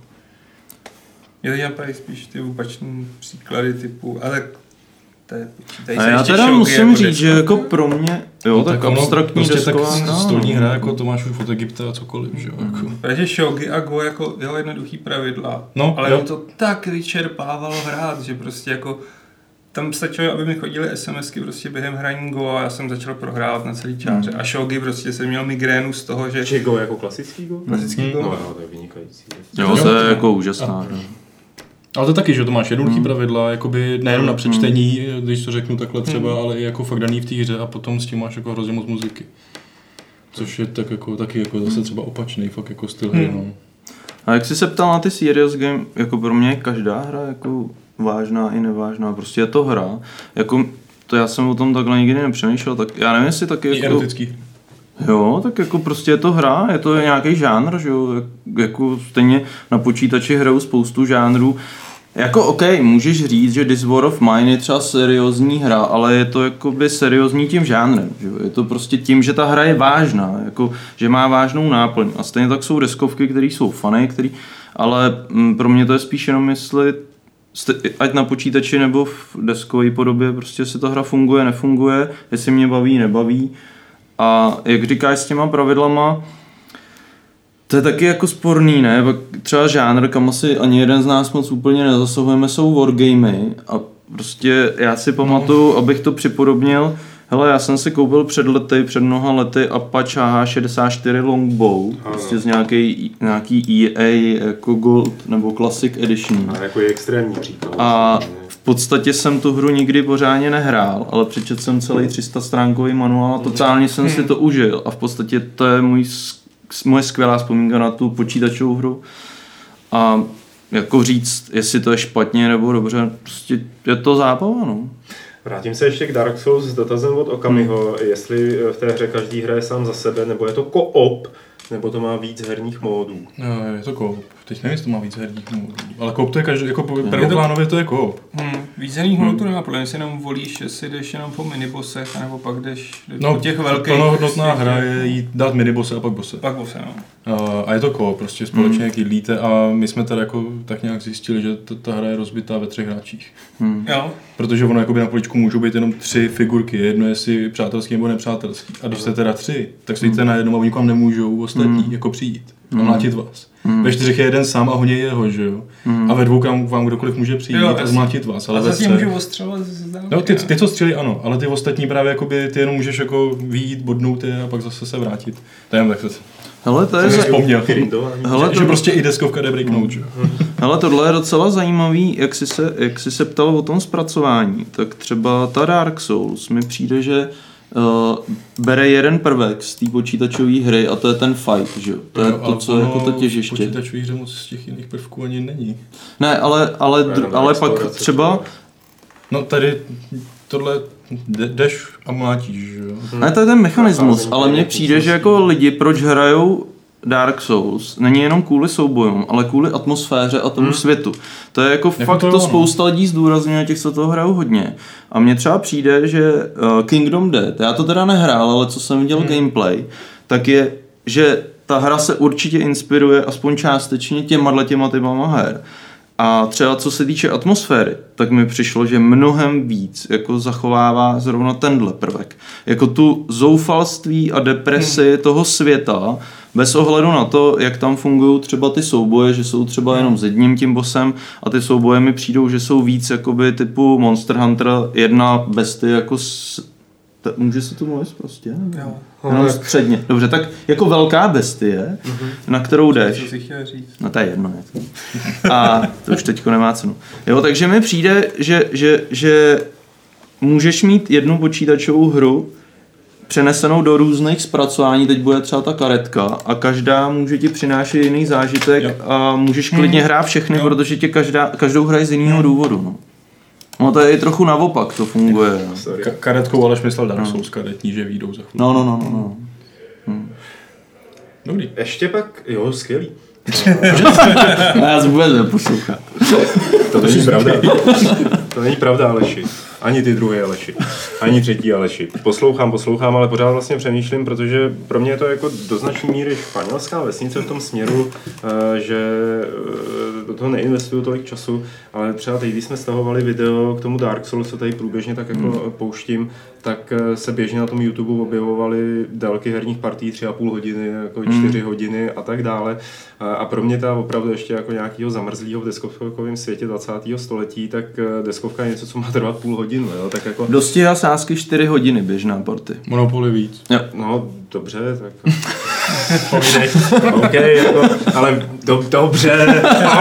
Já dělám tady spíš ty opačný příklady typu, ale to je počítají. A já teda musím jako říct, že jako pro mě, jo, no, tak abstraktní prostě desková tak stolní hra, jako to máš už od Egypta a cokoliv, že jo. Jako. Takže Shogi a Go jako jednoduchý pravidla, no, ale mě to tak vyčerpávalo hrát, že prostě jako tam stačilo, aby mi chodily SMSky prostě během hraní Go a já jsem začal prohrávat na celý čáře. A Shogi prostě jsem měl migrénu z toho, že... Či Go jako klasický Go? Klasický Go. No, to je vynikající. Jo, to je jako úžasná. Ale to taky, že to máš jednoduchý pravidla, jakoby nejenom na přečtení, když to řeknu takhle třeba, ale i jako fakt daný v té hře a potom s tím máš jako hrozně moc muziky. Což je tak jako, taky jako zase třeba opačný fakt jako styl hry, no. A jak jsi se ptal na ty serious game, jako pro mě je každá hra jako vážná i nevážná, prostě je to hra, jako to já jsem o tom takhle nikdy nepřemýšlel, tak já nevím, jestli taky jako... erotický. Jo, tak jako prostě je to hra, je to nějaký žánr, že jo, jako stejně na počítači hrajou spoustu žánrů, Jako můžeš říct, že This War of Mine je třeba seriózní hra, ale je to jakoby seriózní tím žánrem, že? Je to prostě tím, že ta hra je vážná, jako, že má vážnou náplň. A stejně tak jsou deskovky, které jsou funny, ale pro mě to je spíš jenom jestli ať na počítači nebo v deskové podobě, prostě jestli ta hra funguje, nefunguje, jestli mě baví, nebaví. A jak říkáš s těma pravidlama, to je taky jako sporný, ne? Třeba žánr, kam asi ani jeden z nás moc úplně nezasahujeme, jsou wargamy a prostě já si pamatuju, abych to připodobnil, hele, já jsem si koupil před mnoha lety Apache HH64 Longbow, prostě z nějaký EA jako Gold nebo Classic Edition. A jako je extrémní příklad. A v podstatě jsem tu hru nikdy pořádně nehrál, ale přečetl jsem celý 300 stránkový manuál a totálně jsem si to užil a v podstatě to je moje skvělá vzpomínka na tu počítačovou hru. A jako říct, jestli to je špatně nebo dobře, prostě je to zábava, no. Vrátím se ještě k Dark Souls s dotazem od Okamiho, jestli v té hře každý hraje sám za sebe, nebo je to co-op, nebo to má víc herních módů. Je to co-op. Teď nevím, jestli to má víc herních módů. Ale co-op to je každý, jako prvoplánově to je co-op. Víc herních módů to nemá, podle mě si jenom volíš, jestli jdeš jenom po minibosech, anebo pak jdeš po těch velkých. Plnohodnotná hra je jít dát minibose a pak bose. Pak bose, no. A je to co-op, prostě společně kydlíte a my jsme tady jako tak nějak zjistili, že ta hra je rozbitá ve 3 hráčích. Jo. Protože ono jakoby na poličku můžou být jenom 3 figurky, jedno jestli přátelský nebo nepřátelský. A když jste teda 3, tak stojíte na jednom a oni k vám nemůžou ostatní jako přijít a mlátit vás. Ve 4 je jeden sám a honí jeho, že jo. A ve 2 vám kdokoliv může přijít a zmlátit vás. Ale a zatím můžu ostřelovat z dálky. No, ty co střílí, ano, ale ty ostatní právě jakoby, ty jenom můžeš jako vyjít, bodnout je a pak zase se vrátit. To je jen tak Hele, to je vzpomněl. Hele, že prostě i deskovka jde breaknout, že? Hele, tohle je docela zajímavý, jak jsi se ptal o tom zpracování, tak třeba ta Dark Souls mi přijde, že bere jeden prvek z té počítačové hry a to je ten fight, že jo? To je to, co jako to těžiště. V počítačové hře moc z těch jiných prvků ani není. Ne, ale pak třeba... No tady tohle jdeš a mlátíš, že jo? Ne, to je ten mechanismus, ale mně přijde, že jako lidi, proč hrajou Dark Souls, není jenom kvůli soubojům, ale kvůli atmosféře a tomu světu. To je jako fakt to spousta lidí zdůrazňuje, těch, co toho hrajou hodně. A mně třeba přijde, že Kingdom Death, já to teda nehrál, ale co jsem viděl gameplay, tak je, že ta hra se určitě inspiruje aspoň částečně těma typama her. A třeba co se týče atmosféry, tak mi přišlo, že mnohem víc jako zachovává zrovna tenhle prvek. Jako tu zoufalství a depresi toho světa, bez ohledu na to, jak tam fungují třeba ty souboje, že jsou třeba jenom s jedním tím bossem a ty souboje mi přijdou, že jsou víc jakoby typu Monster Hunter, jedna bestie jako může se to mluvit prostě? Jo. No, středně. Dobře, tak jako velká bestie, na kterou jdeš. Co jsi chtěl říct? No to je jedno. A to už teďko nemá cenu. Jo, takže mi přijde, že můžeš mít jednu počítačovou hru přenesenou do různých zpracování, teď bude třeba ta karetka a každá může ti přinášet jiný zážitek a můžeš klidně hrát všechny, protože tě každou hraje z jiného důvodu. No to je i trochu naopak, to funguje. Karetkou Aleš myslel Dark Souls karetní, že výjdou za chvíli. No. Dobrý. Ještě pak, jo, skvělý. Já se vůbec neposlouchám. To není pravda. To není pravda, Aleši. Ani ty druhé Aleši. Ani třetí Aleši. Poslouchám, ale pořád vlastně přemýšlím, protože pro mě je to jako do značné míry španělská vesnice v tom směru, že do toho neinvestuju tolik času, ale třeba teď, když jsme stahovali video k tomu Dark Souls, co tady průběžně tak jako pouštím, tak se běžně na tom YouTube objevovaly délky herních partí 3,5 hodiny, jako 4 hodiny a tak dále. A pro mě ta opravdu ještě jako nějakého zamrzlého v deskovkovém světě 20. století, tak deskovka je něco, co má trvat půl hodinu. Jo? Tak jako... Dostiha sázky 4 hodiny běžná party. Monopoly víc. Jo. No, dobře, tak... Povídej. OK, jako, ale dobře.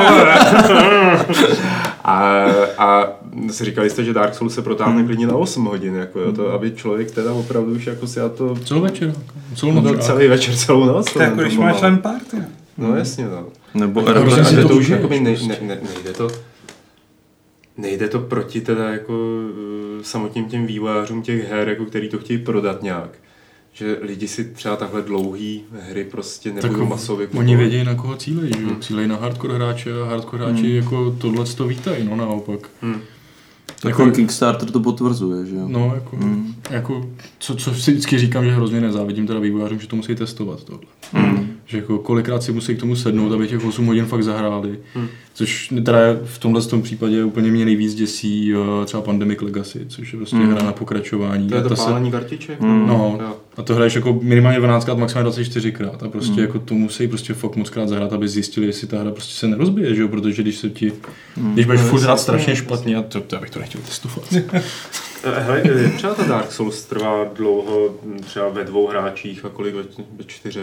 A říkali jste, že Dark Souls se protáhne klidně na 8 hodin, jako jo, to, aby člověk teda opravdu už jako si to... Celou večer. Celý večer, celou noc. Tak jako když máš len party. No jasně, no. Nebo to už jakoby nejde to proti teda jako samotným těm vývojářům těch her, jako který to chtějí prodat nějak. že lidi si třeba takhle dlouhý hry prostě nebudou masově kupovat. Oni vědí, na koho cílejí, že? Cílejí na hardcore hráče a hardcore hráči jako tohleto vítají, no naopak. Jako Kickstarter to potvrzuje, že jo? No, jako co si vždycky říkám, že hrozně nezávidím teda vývojářům, že to musí testovat tohle. Že jako kolikrát si musí k tomu sednout, aby těch 8 hodin fakt zahráli. Což teda v tomhle případě úplně mě nejvíc děsí třeba Pandemic Legacy, což je prostě hra na pokračování. To je to pálení kartiček? No, a to hraješ jako minimálně 12krát, maximálně 24krát a prostě jako to musí prostě fakt mockrát zahrát, aby zjistili, jestli ta hra prostě se nerozbije, že jo, protože když se ti, když budeš furt hrát strašně špatně, a to já bych to nechtěl testovat. Hele, třeba ta Dark Souls trvá dlouho, třeba ve 2 hráčích a kolik ve 4?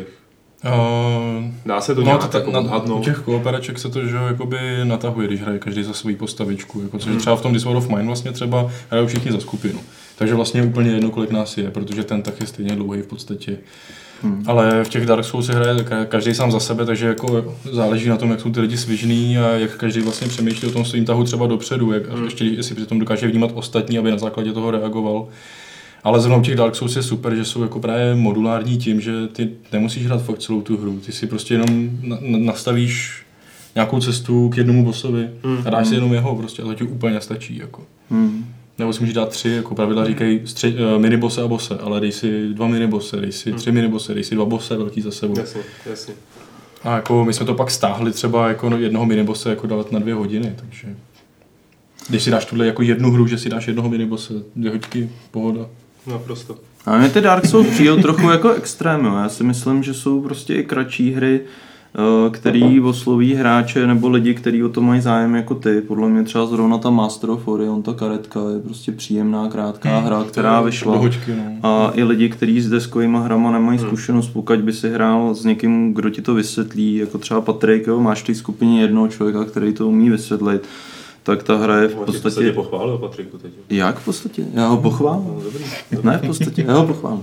Dá se to nějak odhadnout? U těch kooperaček se to, že jakoby natahuje, když hraje každý za svou postavičku, jako, což třeba v tom This War of Mine vlastně třeba hrajou všichni za skupinu. Takže vlastně úplně jedno, kolik nás je, protože ten tak je stejně dlouhý v podstatě. Ale v těch Dark Souls se hraje každý sám za sebe, takže jako záleží na tom, jak jsou ty lidi svižný a jak každý vlastně přemýšlí o tom svým tahu třeba dopředu, ještě jestli přitom dokáže vnímat ostatní, aby na základě toho reagoval. Ale zrovna u těch Dark Souls je super, že jsou jako právě modulární tím, že ty nemusíš hrát fakt celou tu hru, ty si prostě jenom nastavíš nějakou cestu k jednomu bossovi a dáš si jenom jeho prostě a to ti úplně stačí jako. Nebo si můžeš dát 3, jako pravidla říkají minibose a bose, ale dej si 2 minibose, dej si 3 minibose, dej si 2 bose velký za sebou. Jasně. A jako my jsme to pak stáhli třeba jako jednoho minibose jako dát na 2 hodiny, takže když si dáš tuhle jako jednu hru, že si dáš jednoho minibose, 2 hodiny, pohoda. Naprosto. A mě ty Dark Souls přijel trochu jako extrém, jo. Já si myslím, že jsou prostě i kratší hry, který osloví hráče nebo lidi, kteří o to mají zájem jako ty. Podle mě třeba zrovna ta Master of Orion, ta karetka je prostě příjemná, krátká hra, která vyšla. Dohoďky, no. A i lidi, kteří s deskovýma hrama nemají zkušenost, pokud by si hrál s někým, kdo ti to vysvětlí, jako třeba Patrik, jo, máš v té skupině jednoho člověka, který to umí vysvětlit, tak ta hra je v podstatě... Tě pochválil, Patriku, teď. Jak v podstatě? Já ho pochválil. No, dobrý. Ne, v podstatě, já ho pochválil.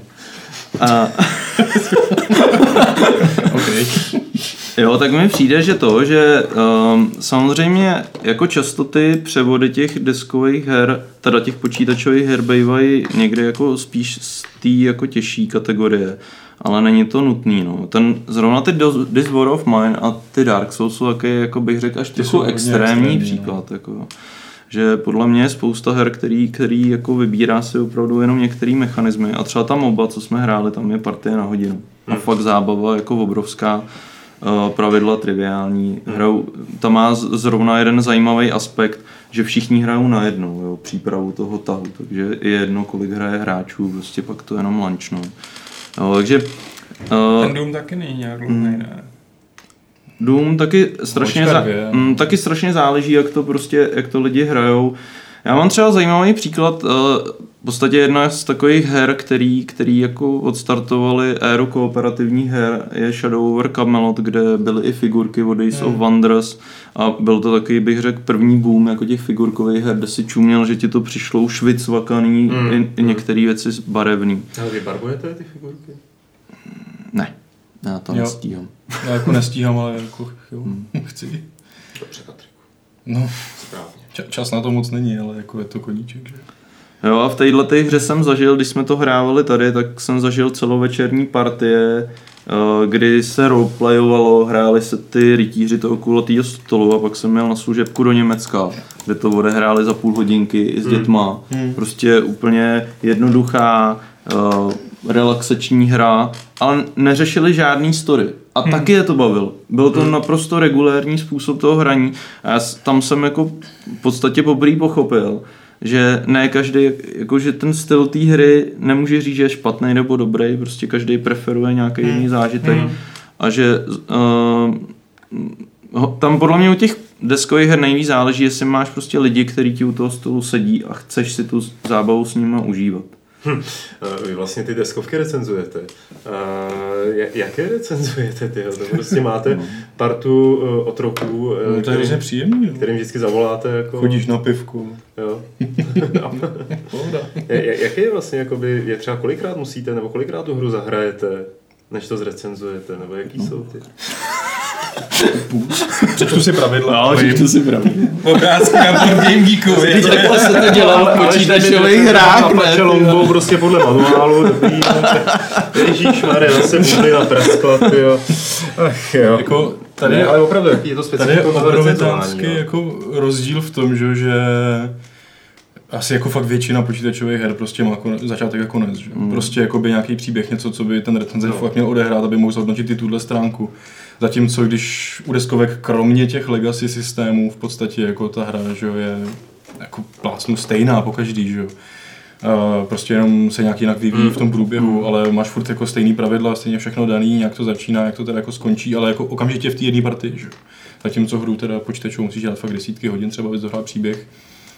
Okay. Jo, tak mi přijde, že samozřejmě jako často ty převody těch deskových her, teda těch počítačových her bývají někde jako spíš z té jako těžší kategorie, ale není to nutný, no. Zrovna ty This War of Mine a ty Dark Souls jsou taky, jako bych řekl, až trochu extrémní příklad, jako. Že podle mě je spousta her, který jako vybírá si opravdu jenom některé mechanismy a třeba ta MOBA, co jsme hráli, tam je partie na hodinu. A fakt zábava jako obrovská, pravidla triviální. Tam má zrovna jeden zajímavý aspekt, že všichni hrajou najednou, jo, přípravu toho tahu, takže je jedno, kolik hraje hráčů, prostě pak to jenom lančnou. Jo, takže... Ten Doom taky není nějak dlouhý, ne? Doom taky strašně záleží, jak to lidi hrajou. Já mám třeba zajímavý příklad, v podstatě jedna z takových her, který jako odstartovali éru kooperativních her, je Shadow over Camelot, kde byly i figurky od Days of Wonders a byl to taky, bych řekl, první boom jako těch figurkových her, kde si čuměl, že ti to přišlo už vycvakaný, i některé věci barevný. Ale vy barbujete ty figurky? Ne, já to nestíhám. Já jako nestíhám, ale jako chci. Dobře, Patriku. No, správně. Čas na to moc není, ale jako je to koníček, že? Jo, a v této hře jsem zažil, když jsme to hrávali tady, tak jsem zažil celovečerní partie, kdy se roleplayovalo, hráli se ty rytíři toho kulatýho stolu a pak jsem měl na služebku do Německa, kde to odehráli za půl hodinky i s dětma. Prostě úplně jednoduchá, relaxační hra, ale neřešili žádný story. A taky je to bavil. Byl to naprosto regulérní způsob toho hraní. A já tam jsem jako v podstatě poprvé pochopil, že ne každý, jakože ten styl té hry nemůže říct, že je špatný nebo dobrý, prostě každý preferuje nějaký jiný zážitek. A že tam podle mě u těch deskových her nejvíc záleží, jestli máš prostě lidi, kteří ti u toho stolu sedí a chceš si tu zábavu s nimi užívat. Vy vlastně ty deskovky recenzujete. Jaké recenzujete tyho? To prostě máte partu otroků, to je hrozně příjemný, kterým vždycky zavoláte. Jako... Chodíš na pivku. Jo. Jaké je vlastně, jakoby, je třeba kolikrát musíte, nebo kolikrát tu hru zahrajete, než to zrecenzujete, nebo jaký jsou ty? Přečtu si pravidla. No, přečtu si pravidla. Obrázky na Board Game Geekovi. Takhle se to dělalo v počítačových hrách, ne? Longbow prostě podle manuálu, dobrý. Ježíšmarja, zase můžli na presklat, jo. Ach jo. Jako tady, ne, ale opravdu, jaký je to tady je specifikum obrovitánský jako rozdíl v tom, že asi jako fakt většina počítačových her prostě má začátek a konec, že? Prostě jakoby nějaký příběh, něco, co by ten recenzent fakt měl odehrát, aby mohl zhodnotit i tuhle stránku. Zatímco když u deskovek kromě těch legacy systémů v podstatě jako ta hra, že je jako plácnu stejná po každý, že jo. Prostě jenom se nějak jinak vyvíjí v tom průběhu, ale máš furt jako stejný pravidla, stejně všechno daný, nějak to začíná, jak to teda jako skončí, ale jako okamžitě v té jedné partii, že jo. Zatímco hru teda počítačovou musíš dělat fakt desítky hodin, třeba abys dohrál příběh.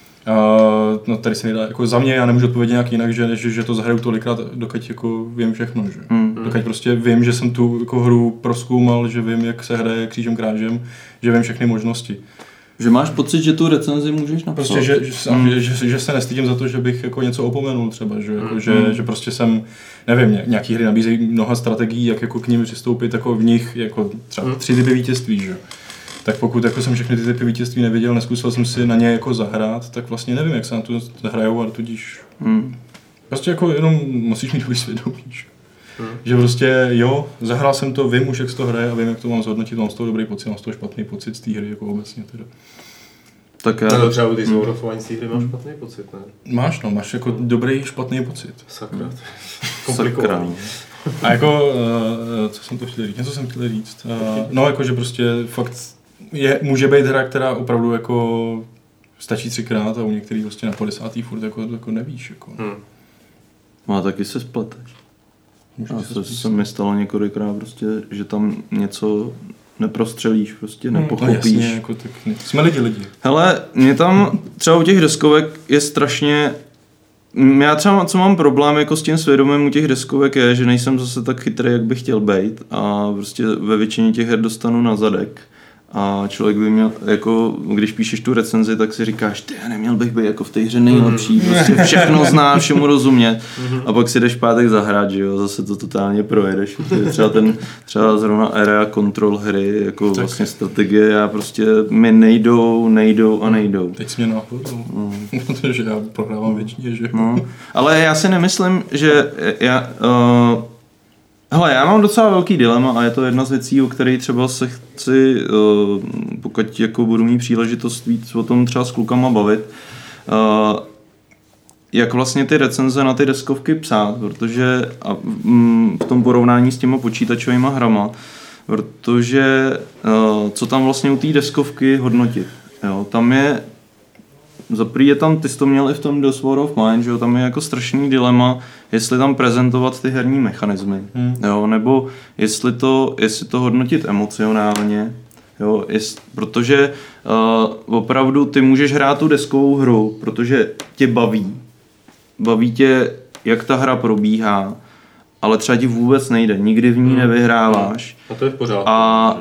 No tady se nedá, jako za mě já nemůžu odpovědět nějak jinak, že to zahraju tolikrát, dokud jako vím všechno, že? Dokud prostě vím, že jsem tu jako hru prozkoumal, že vím, jak se hraje křížem krážem, že vím všechny možnosti. Že máš pocit, že tu recenzi můžeš napsat? Prostě, že se nestydím za to, že bych jako něco opomenul třeba, že, jako, že prostě jsem, nevím, nějaký hry nabízejí mnoha strategií, jak jako k nim přistoupit, jako v nich jako třeba 3 typy vítězství, že? Tak pokud jako jsem všechny ty typy vítězství neviděl, neskusil jsem si na ně jako zahrát, tak vlastně nevím, jak se na to zahrajou, ale tudíž prostě jako jenom musíš mít dobrý svědomí, že? Že prostě jo, zahrál jsem to, vím už, jak se to hraje a vím, jak to mám zhodnotit, mám z toho dobrý pocit, mám z toho špatný pocit z té hry jako obecně teda. Tak já... No třeba u This War of Wine z té hry máš špatný pocit, ne? Máš jako dobrý špatný pocit. Sakra. Komplikovaný. A jako, co jsem chtěl říct? No jako, že prostě fakt může být hra, která opravdu jako stačí 3krát a u některých prostě na 50. furt jako nevíš. Jako. No a taky se spleteš. To se mi stalo několikrát prostě, že tam něco neprostřelíš, prostě nepochopíš. No jasně, jako tak jsme lidi. Hele, mě tam třeba u těch deskovek je strašně... Já třeba, co mám problém jako s tím svědomím u těch deskovek je, že nejsem zase tak chytrý, jak bych chtěl být a prostě ve většině těch her dostanu na zadek. A člověk by měl, jako když píšeš tu recenzi, tak si říkáš, ty, neměl bych být jako v té hře nejlepší, prostě všechno zná, všemu rozumět. A pak si jdeš pátek zahrát, že jo, zase to totálně projedeš. Třeba zrovna area control hry, jako tak. Vlastně strategie, já prostě mi nejdou. Teď jsi mě náhodou, protože já prohrávám většině, že jo. No, ale já si nemyslím, že hele, já mám docela velký dilema a je to jedna z věcí, o které třeba se chci, pokud jako budu mít příležitost víc o tom třeba s klukama bavit, jak vlastně ty recenze na ty deskovky psát, protože v tom porovnání s těma počítačovýma hrama, protože co tam vlastně u té deskovky hodnotit, jo, tam je zaprý je tam, ty jsi to měl i v tom This War of Mine, že jo, tam je jako strašný dilema, jestli tam prezentovat ty herní mechanismy, jo, nebo jestli to hodnotit emocionálně, jo, protože opravdu ty můžeš hrát tu deskovou hru, protože tě baví tě, jak ta hra probíhá, ale třeba ti vůbec nejde, nikdy v ní nevyhráváš. A to je v pořádku.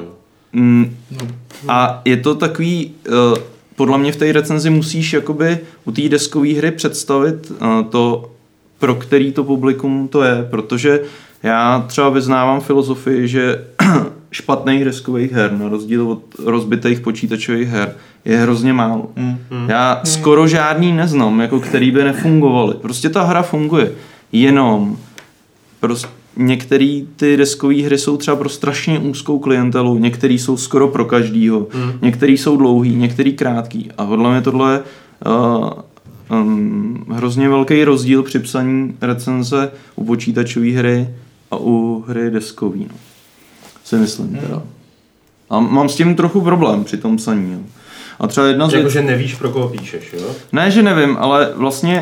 A je to takový... Podle mě v té recenzi musíš jakoby u té deskové hry představit to, pro který to publikum to je, protože já třeba vyznávám filozofii, že špatných deskových her, na rozdíl od rozbitých počítačových her, je hrozně málo. Já skoro žádný neznám, jako který by nefungovaly. Prostě ta hra funguje, jenom prostě některé ty deskové hry jsou třeba pro strašně úzkou klientelu, některé jsou skoro pro každýho, některé jsou dlouhý, některé krátký. A podle mě tohle je hrozně velký rozdíl při psaní recenze u počítačové hry a u hry deskové. No. Si myslím teda. A mám s tím trochu problém při tom psaní. Jo. A třeba jedna z jako, že nevíš, pro koho píšeš, jo? Ne, že nevím, ale vlastně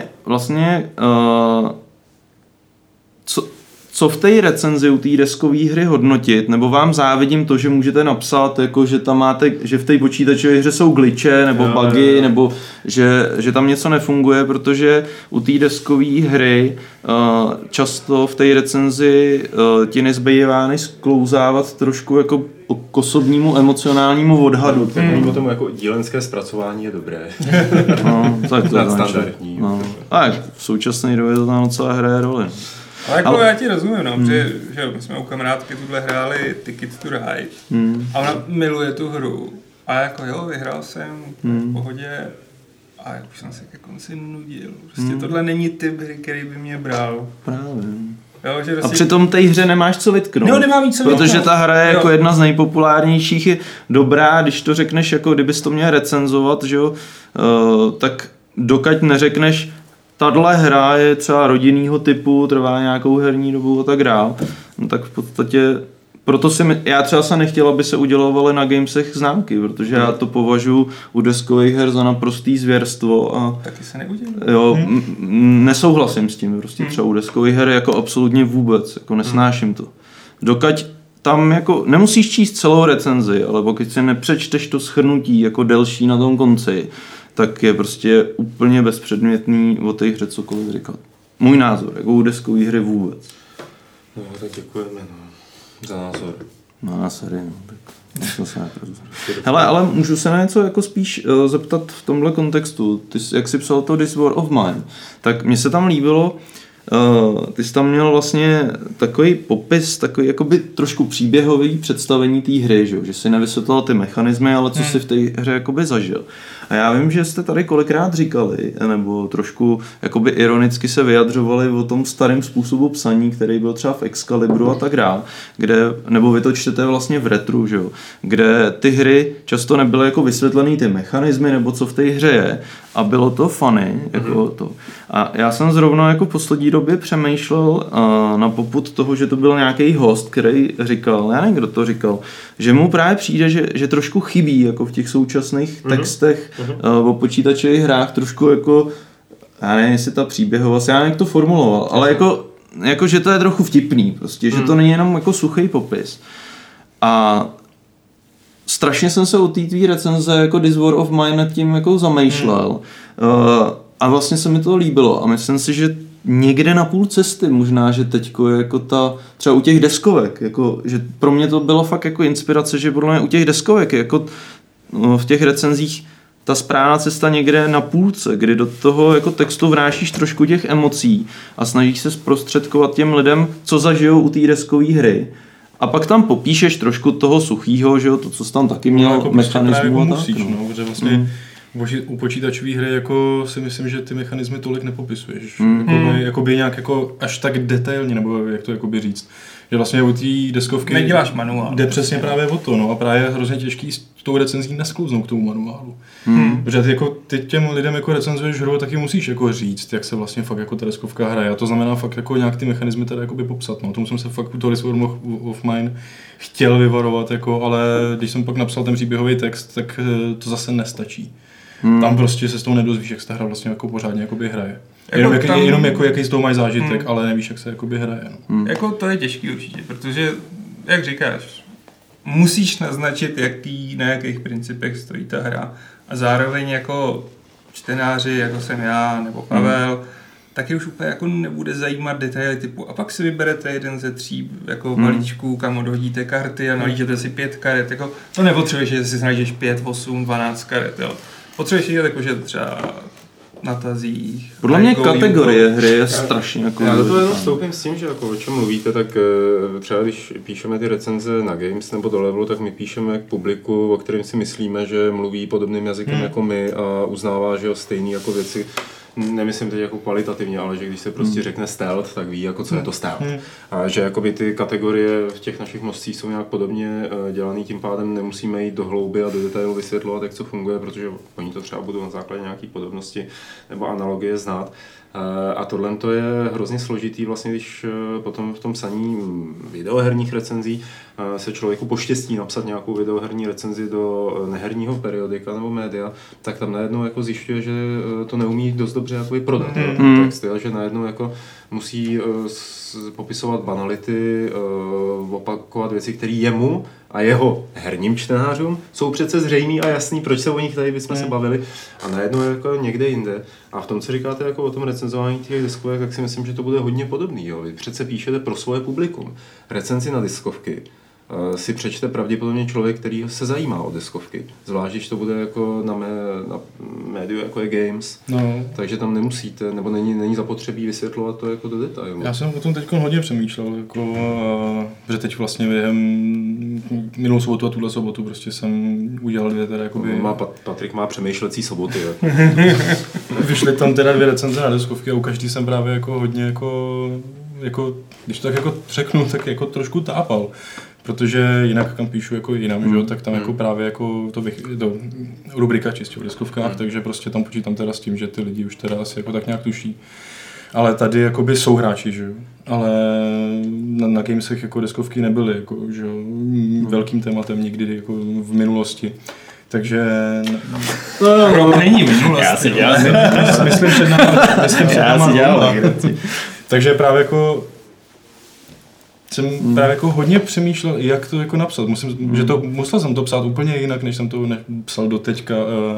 co v té recenzi u té deskové hry hodnotit, nebo vám závidím to, že můžete napsat, jako, že tam máte, že v té počítačové hře jsou glitche, nebo bugy, nebo že tam něco nefunguje, protože u té deskové hry často v té recenzi ti nezbývá než sklouzávat trošku jako k osobnímu emocionálnímu odhadu. Mimo tomu jako dílenské zpracování je dobré. No, tak to standardní. No. A v současné době to tam docela hraje roli. Ale jako já ti rozumím, no, že my jsme u kamarádky tuhle hráli Ticket to Ride a ona miluje tu hru. A jako jo, vyhrál jsem v pohodě a jak už jsem se ke konci nudil. Prostě tohle není typ hry, který by mě bral. Právě. Jo, že A přitom té hře nemáš co vytknout. No, nemám nic co vytknout. Protože ta hra je jako jedna z nejpopulárnějších, je dobrá, když to řekneš, jako kdybys to měl recenzovat, že jo, tak dokud neřekneš, tahle hra je třeba rodinnýho typu, trvá nějakou herní dobu a tak dál, no tak v podstatě proto já třeba se nechtěl, aby se udělovaly na gamesech známky, protože já to považuji u deskových her za naprostý zvěrstvo a taky se neudělá. Jo, nesouhlasím s tím, prostě třeba u deskových her jako absolutně vůbec, jako nesnáším to. Dokud tam jako nemusíš číst celou recenzi, ale pokud si nepřečteš to shrnutí jako delší na tom konci, tak je prostě úplně bezpředmětný o té hře cokoliv říkat. Můj názor, jako u deskové hry vůbec. No, tak děkujeme, no. Za názor. No na sérii, no, tak to se hele, ale můžu se na něco jako spíš zeptat v tomhle kontextu. Ty, jak jsi psal to This War of Mine, tak mně se tam líbilo, ty jsi tam měl vlastně takový popis, takový jakoby trošku příběhový představení té hry, že jsi nevysvětlil ty mechanismy, ale co jsi v té hře jakoby zažil. A já vím, že jste tady kolikrát říkali, nebo trošku jakoby ironicky se vyjadřovali o tom starém způsobu psaní, který byl třeba v Excalibru a tak dále, kde, nebo vy to čtete vlastně v retru, že jo, kde ty hry často nebyly jako vysvětlený ty mechanismy, nebo co v té hře je, a bylo to funny, jako to. A já jsem zrovna jako v poslední době přemýšlel na popud toho, že to byl nějaký host, který říkal, já nevím, kdo to říkal, že mu právě přijde, že trošku chybí jako v těch současných textech o počítačových hrách trošku jako, já nevím, jestli ta příběhovost, já nevím, jak to formuloval, ale jako že to je trochu vtipný prostě, že to není jenom jako suchý popis. A strašně jsem se u té tvý recenze jako This War of Mine nad tím jako zamýšlel a vlastně se mi to líbilo a myslím si, že někde na půl cesty možná, že teďko je jako ta, třeba u těch deskovek, jako, že pro mě to bylo fakt jako inspirace, že podle mě u těch deskovek jako v těch recenzích ta správná cesta někde na půlce, kdy do toho jako textu vnášíš trošku těch emocí a snažíš se zprostředkovat těm lidem, co zažijou u té deskové hry. A pak tam popíšeš trošku toho suchýho, že jo, to, co jsi tam taky měl, jako mechanismu a tak. Musíš, no, protože vlastně u počítačové hry jako si myslím, že ty mechanismy tolik nepopisuješ. Jakoby nějak jako až tak detailně, nebo jak to jakoby říct. Že vlastně u té deskovky neděláš manuál. Jde přesně právě o to, no, a právě je hrozně těžký s tou recenzí nesklouznout k tomu manuálu. Protože ty těm lidem jako recenzuješ hru, taky musíš jako říct, jak se vlastně fakt jako ta deskovka hraje. A to znamená fakt jako nějak ty mechanismy tady jakoby popsat. No. Tomu jsem se fakt u toho This War of Mine chtěl vyvarovat, jako, ale když jsem pak napsal ten příběhový text, tak to zase nestačí. Tam prostě se s tou nedozvíš, jak se ta hra vlastně jako pořádně jakoby hraje. Jenom jako jaký z toho máš zážitek, ale nevíš, jak se jakoby hraje. No. Jako to je těžký určitě, protože, jak říkáš, musíš naznačit, na jakých principech stojí ta hra. A zároveň jako čtenáři, jako jsem já nebo Pavel, taky už úplně jako nebude zajímat detaily typu. A pak si vyberete jeden ze 3 jako balíčků, kam odhodíte karty a nalížete si 5 karet. Jako, to nepotřebuješ, že si najdeš 5, 8, 12 karet. Jo. Potřebuješ jít jako, že třeba na tazích. Podle mě kategorie hry je strašně jako... Já do toho jenom vstoupím s tím, že jako o čem mluvíte, tak třeba když píšeme ty recenze na Games nebo do Levelu, tak my píšeme k publiku, o kterém si myslíme, že mluví podobným jazykem jako my a uznává, že jo, stejný jako věci. Nemyslím teď jako kvalitativně, ale že když se prostě řekne stealth, tak ví, jako co je to stealth. A že jakoby ty kategorie v těch našich mozcích jsou nějak podobně dělaný, tím pádem nemusíme jít do hlouby a do detailu vysvětlovat, jak co funguje, protože oni to třeba budou na základě nějaký podobnosti nebo analogie znát. A tohle to je hrozně složitý, vlastně, když potom v tom psaní videoherních recenzí se člověku poštěstí napsat nějakou videoherní recenzi do neherního periodika nebo média, tak tam najednou jako zjišťuje, že to neumí dost dobře jako prodat ten text, že najednou jako musí popisovat banality, opakovat věci, které jemu a jeho herním čtenářům jsou přece zřejmý a jasný, proč se o nich tady bychom se bavili, a najednou jako někde jinde. A v tom, co říkáte jako o tom recenzování těch deskovek, tak si myslím, že to bude hodně podobný. Jo. Vy přece píšete pro svoje publikum recenzi na diskovky si přečte pravděpodobně člověk, který se zajímá o deskovky. Zvlášť, když to bude jako na médiu, jako je Games. No. Takže tam nemusíte, nebo není zapotřebí vysvětlovat to jako do detailu. Já jsem o tom teď hodně přemýšlel, jako, že teď vlastně během minulou sobotu a tuhle sobotu prostě jsem udělal 2 teda jakoby... Patrik má přemýšlecí soboty. Vyšly tam teda 2 recenze na deskovky a u každý jsem právě jako hodně jako když to tak jako řeknu, tak jako trošku tápal. Protože jinak kam píšu jako jinam, že jo, tak tam jako právě jako to rubrika čistě o deskovkách, takže prostě tam počítám teda s tím, že ty lidi už teda asi jako tak nějak tuší. Ale tady jakoby jsou hráči, že jo. Ale na Gamesech jako deskovky nebyly jako, že jo, velkým tématem nikdy jako v minulosti. Takže... To není minulost. Já si dělám. Myslím, že na takže právě jako jsem právě jako hodně přemýšlel, jak to jako napsat. Musel jsem to psát úplně jinak, než jsem to psal do teďka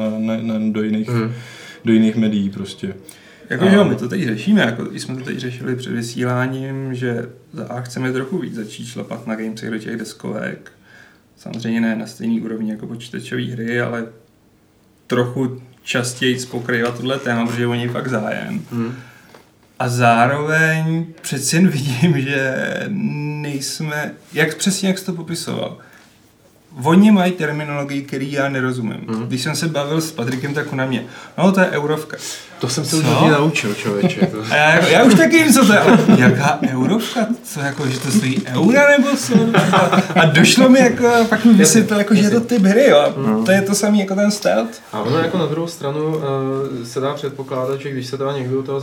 do jiných médií prostě. Jakože my to teď řešíme, jako jsme to teď řešili před vysíláním, že chceme trochu víc začít šlapat na Gamesech do těch deskovek. Samozřejmě ne na stejný úrovni jako počítačové hry, ale trochu častěji pokrývat tohle téma, protože oni fakt zájem. A zároveň přeci jen vidím, že nejsme, jak jsi to popisoval, oni mají terminologii, který já nerozumím. Když jsem se bavil s Patrikem, tak na mě, no to je eurovka. To jsem se už hodně naučil, člověče. A já už taky vím, co to je. Jaká eurovka? Co jako, že to stojí eura nebo co? A došlo mi jako, pak mi vysvětlil, jako, že je to typ hry, jo. To je to samý jako ten stealth. A ono jako na druhou stranu se dá předpokládat, že když se teda někdo do toho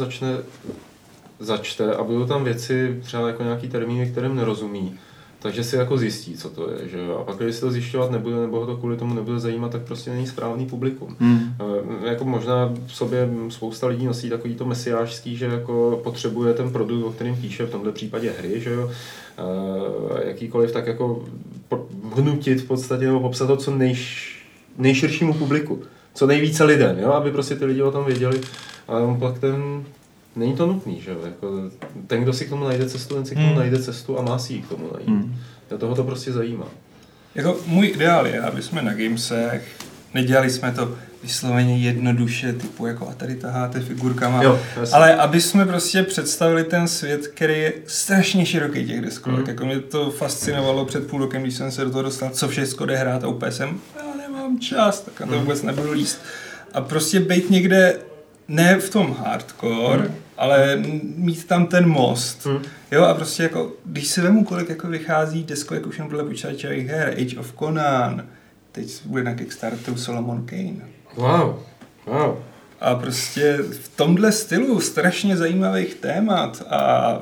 začte a budou tam věci, třeba jako nějaký termíny, kterým nerozumí, takže si jako zjistí, co to je, že jo. A pak, když si to zjišťovat nebude, nebo ho to kvůli tomu nebude zajímat, tak prostě není správný publikum. Jako možná v sobě spousta lidí nosí takový to mesiářský, že jako potřebuje ten produkt, o kterém píše, v tomhle případě hry, že jo. Jakýkoliv tak jako vnutit v podstatě, nebo popsat to co nejširšímu publiku, co nejvíce lidem, jo, aby prostě ty lidi o tom věděli. Ale pak není to nutný, že jo, jako ten, kdo si k tomu najde cestu, ten si k tomu najde cestu a má si ji k tomu najít. Toho to prostě zajímá. Jako můj ideál je, aby jsme na Gamesech nedělali jsme to vysloveně jednoduše, typu jako a tady taháte figurkama, ale aby jsme prostě představili ten svět, který je strašně široký těch deskovek. Jako mě to fascinovalo před půl rokem, když jsem se do toho dostal, co všechno jde hrát a úplně já nemám čas, tak a to vůbec nebudu líst. A prostě být někde ne v tom hardcore, ale mít tam ten most. Jo, a prostě jako, když si vemu, kolik jako vychází deskovek už jen podle počítačových her, Age of Conan, teď bude na Kickstarteru Solomon Kane. Wow. A prostě v tomhle stylu strašně zajímavých témat a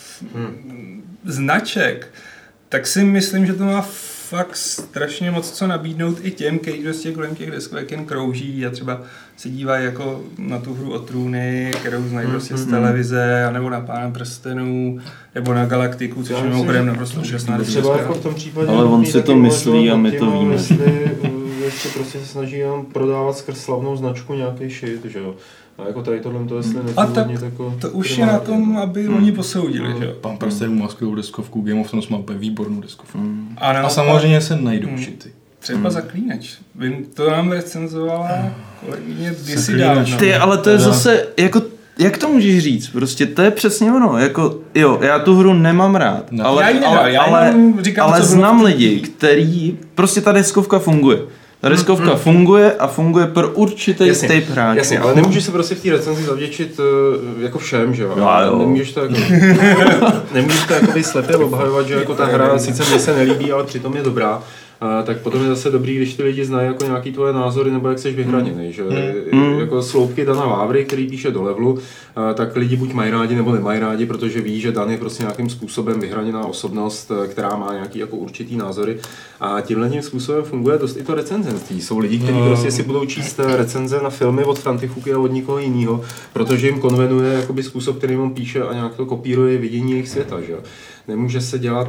značek, tak si myslím, že to má fakt strašně moc co nabídnout i těm, kteří prostě kolem těch deskovek jen krouží a třeba se dívají jako na tu hru o trůny, kterou znají prostě z televize, nebo na Pána prstenů, nebo na Galaktiku, což je mimochodem naprosto úžasná třeba jako v tom případě, ale on si to myslí a my to víme. Jestli prostě se snaží jenom prodávat skrz slavnou značku nějaký shit, že jo. A jako tady tohle to, jestli nepůvodně, to už je na tom, aby oni posoudili, že jo. Pán prstenů má skvělou deskovku, Game of Thrones má výbornou deskovku. A samozřejmě se najdou šity. Třeba Zaklínač. To nám recenzovala kolegyně kdysi dávno. Ty, ale to je zase, jako, jak to můžeš říct? Prostě to je přesně ono, jako, jo, já tu hru nemám rád, ale znám lidi, který, prostě ta deskovka funguje. Ta deskovka funguje a funguje pro určitý typ hráčů. Jasně, ale nemůžeš se prostě v té recenzi zavděčit jako všem, že jo? Nemůžeš to jako slepě obhajovat, že jako ta hra sice mně se nelíbí, ale přitom je dobrá. Tak potom je zase dobrý, když ty lidi znají jako nějaký tvoje názory nebo jak jsi vyhraněný, že jako Sloupky Dana Vávry, který píše do Levelu, tak lidi buď mají rádi nebo nemají rádi, protože ví, že Dan je prostě nějakým způsobem vyhraněná osobnost, která má nějaký jako určitý názory a tímhle způsobem funguje dost i to recenzenství. Jsou lidi, kteří prostě si budou číst recenze na filmy od Frantifuky a od nikoho jiného, protože jim konvenuje jakoby způsob, kterým on píše a nějak to kopíruje vidění jejich světa, že jo. Nemůže se dělat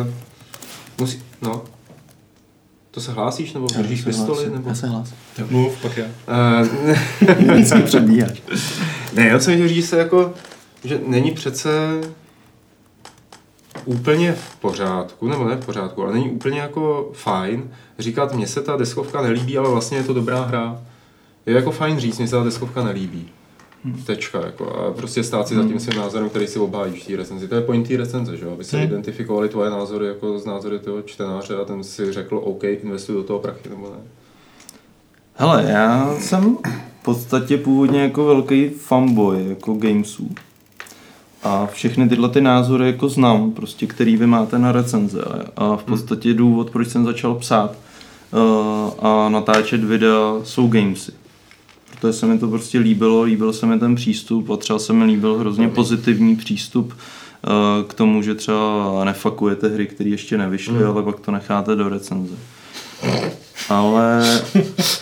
To se hlásíš, nebo držíš pistoli? Nebo... Já se hlásím. Tak mluv, pak já. Vždycky předbíháš. Ne, já jsem chtěl říct se jako, že není přece úplně v pořádku, nebo ne v pořádku, ale není úplně jako fajn říkat, mně se ta deskovka nelíbí, ale vlastně je to dobrá hra. Je jako fajn říct, mně se ta deskovka nelíbí. Tečka, jako, a prostě stát si za tím svým názorem, který si obhájíš v té recenzi. To je point té recenze, že jo? Aby se identifikovali tvoje názory jako z názory toho čtenáře a ten si řekl, OK, investuju do toho prachy, nebo ne. Hele, já jsem v podstatě původně jako velký fanboy jako gamesů. A všechny tyhle ty názory jako znám, prostě, který vy máte na recenze. A v podstatě důvod, proč jsem začal psát a natáčet videa, jsou gamesy. Protože se mi to prostě líbil se mi ten přístup a třeba se mi líbil hrozně pozitivní přístup k tomu, že třeba nefakujete hry, které ještě nevyšly, ale pak to necháte do recenze. Ale...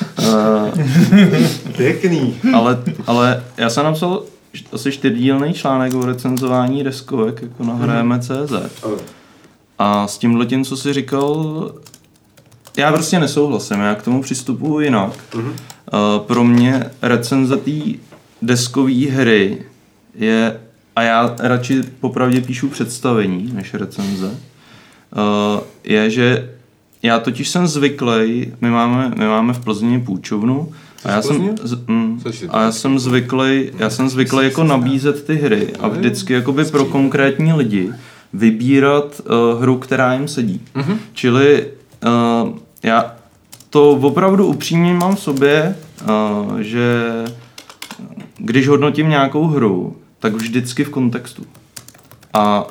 Pěkný. Ale já jsem napsal asi 4dílný článek o recenzování deskovek jako na Hrajeme.cz. A s tímhletím, co jsi říkal, já prostě nesouhlasím, já k tomu přistupuji jinak. Pro mě recenze té deskové hry je, a já radši popravdě píšu představení než recenze, je, že já totiž jsem zvyklý, my máme v Plzni půjčovnu a já jsem zvyklý jako nabízet ty hry a vždycky jakoby pro konkrétní lidi vybírat hru, která jim sedí. Čili já to opravdu upřímně mám v sobě, že když hodnotím nějakou hru, tak vždycky v kontextu. A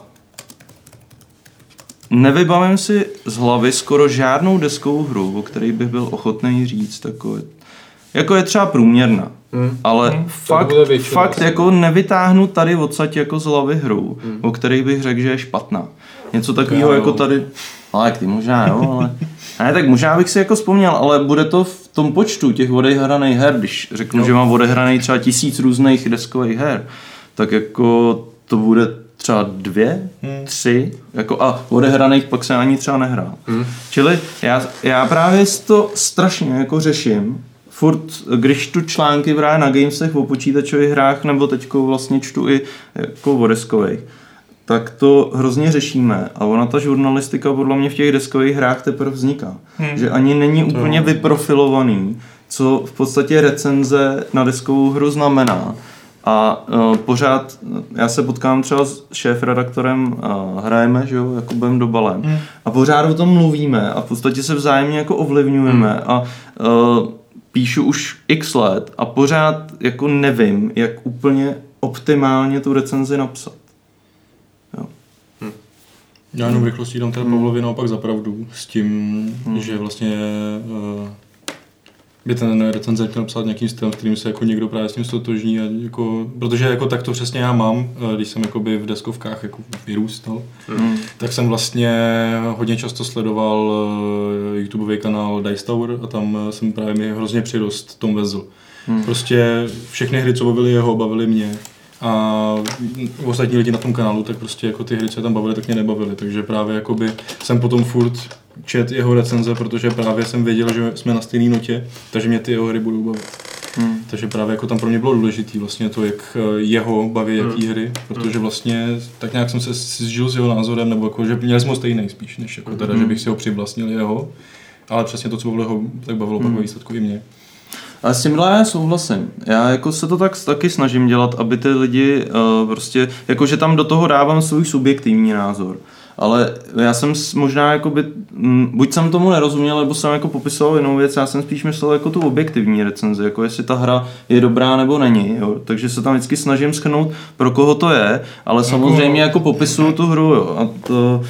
nevybavím si z hlavy skoro žádnou deskovou hru, o které bych byl ochotný říct, jako je třeba průměrná. Ale fakt jako nevytáhnu tady odsaď jako z hlavy hru, o kterých bych řekl, že je špatná. Něco takového jako tady, ale ty možná jo, ale... Ne, tak možná bych si jako vzpomněl, ale bude to v tom počtu těch odehraných her, když řeknu, že mám odehraný třeba 1000 různých deskových her, tak jako to bude třeba 2, 3, jako a odehraných pak se ani třeba nehrál. Čili já právě to strašně jako řeším, furt, když tu články právě na Gamesech o počítačových hrách, nebo teďko vlastně čtu i jako o deskových, tak to hrozně řešíme a ona ta žurnalistika podle mě v těch deskových hrách teprve vzniká. Že ani není úplně vyprofilovaný, co v podstatě recenze na deskovou hru znamená. A pořád, já se potkám třeba s šéfredaktorem Hrajeme, že jo, Jakubem Dobalem, a pořád o tom mluvíme a v podstatě se vzájemně jako ovlivňujeme a píšu už x let a pořád jako nevím, jak úplně optimálně tu recenzi napsat. Já jenom v rychlosti dám teda Pavlovi naopak za pravdu s tím, že vlastně by ten recenzent měl psát nějakým stylem, s kterým se jako někdo právě s tím stotožní, a jako, protože jako tak to přesně já mám, když jsem jakoby v deskovkách jako vyrůstal, tak jsem vlastně hodně často sledoval YouTubeový kanál Dice Tower a tam jsem právě mi hrozně přirost Tom Vezl. Prostě všechny hry, co bavily mě. A ostatní lidi na tom kanálu, tak prostě jako ty hry, co tam bavily, tak mě nebavily, takže právě jakoby jsem potom furt čet jeho recenze, protože právě jsem věděl, že jsme na stejné notě, takže mě ty jeho hry budou bavit. Takže právě jako tam pro mě bylo důležitý vlastně to, jak jeho baví jaký hry, protože vlastně tak nějak jsem se zžil s jeho názorem, nebo jako, že měli jsme ho stejný spíš, než jako teda, že bych si ho přivlastnil jeho, ale přesně to, co ho tak bavilo pak ve výsledku i mě. A s tímhle já souhlasím. Já jako se to taky snažím dělat, aby ty lidi prostě, jakože tam do toho dávám svůj subjektivní názor. Ale já jsem možná jakoby, buď jsem tomu nerozuměl, nebo jsem jako popisoval jinou věc, já jsem spíš myslel jako tu objektivní recenzi, jako jestli ta hra je dobrá nebo není, jo. Takže se tam vždycky snažím shrnout, pro koho to je, ale samozřejmě jako popisuju tu hru, jo. A to...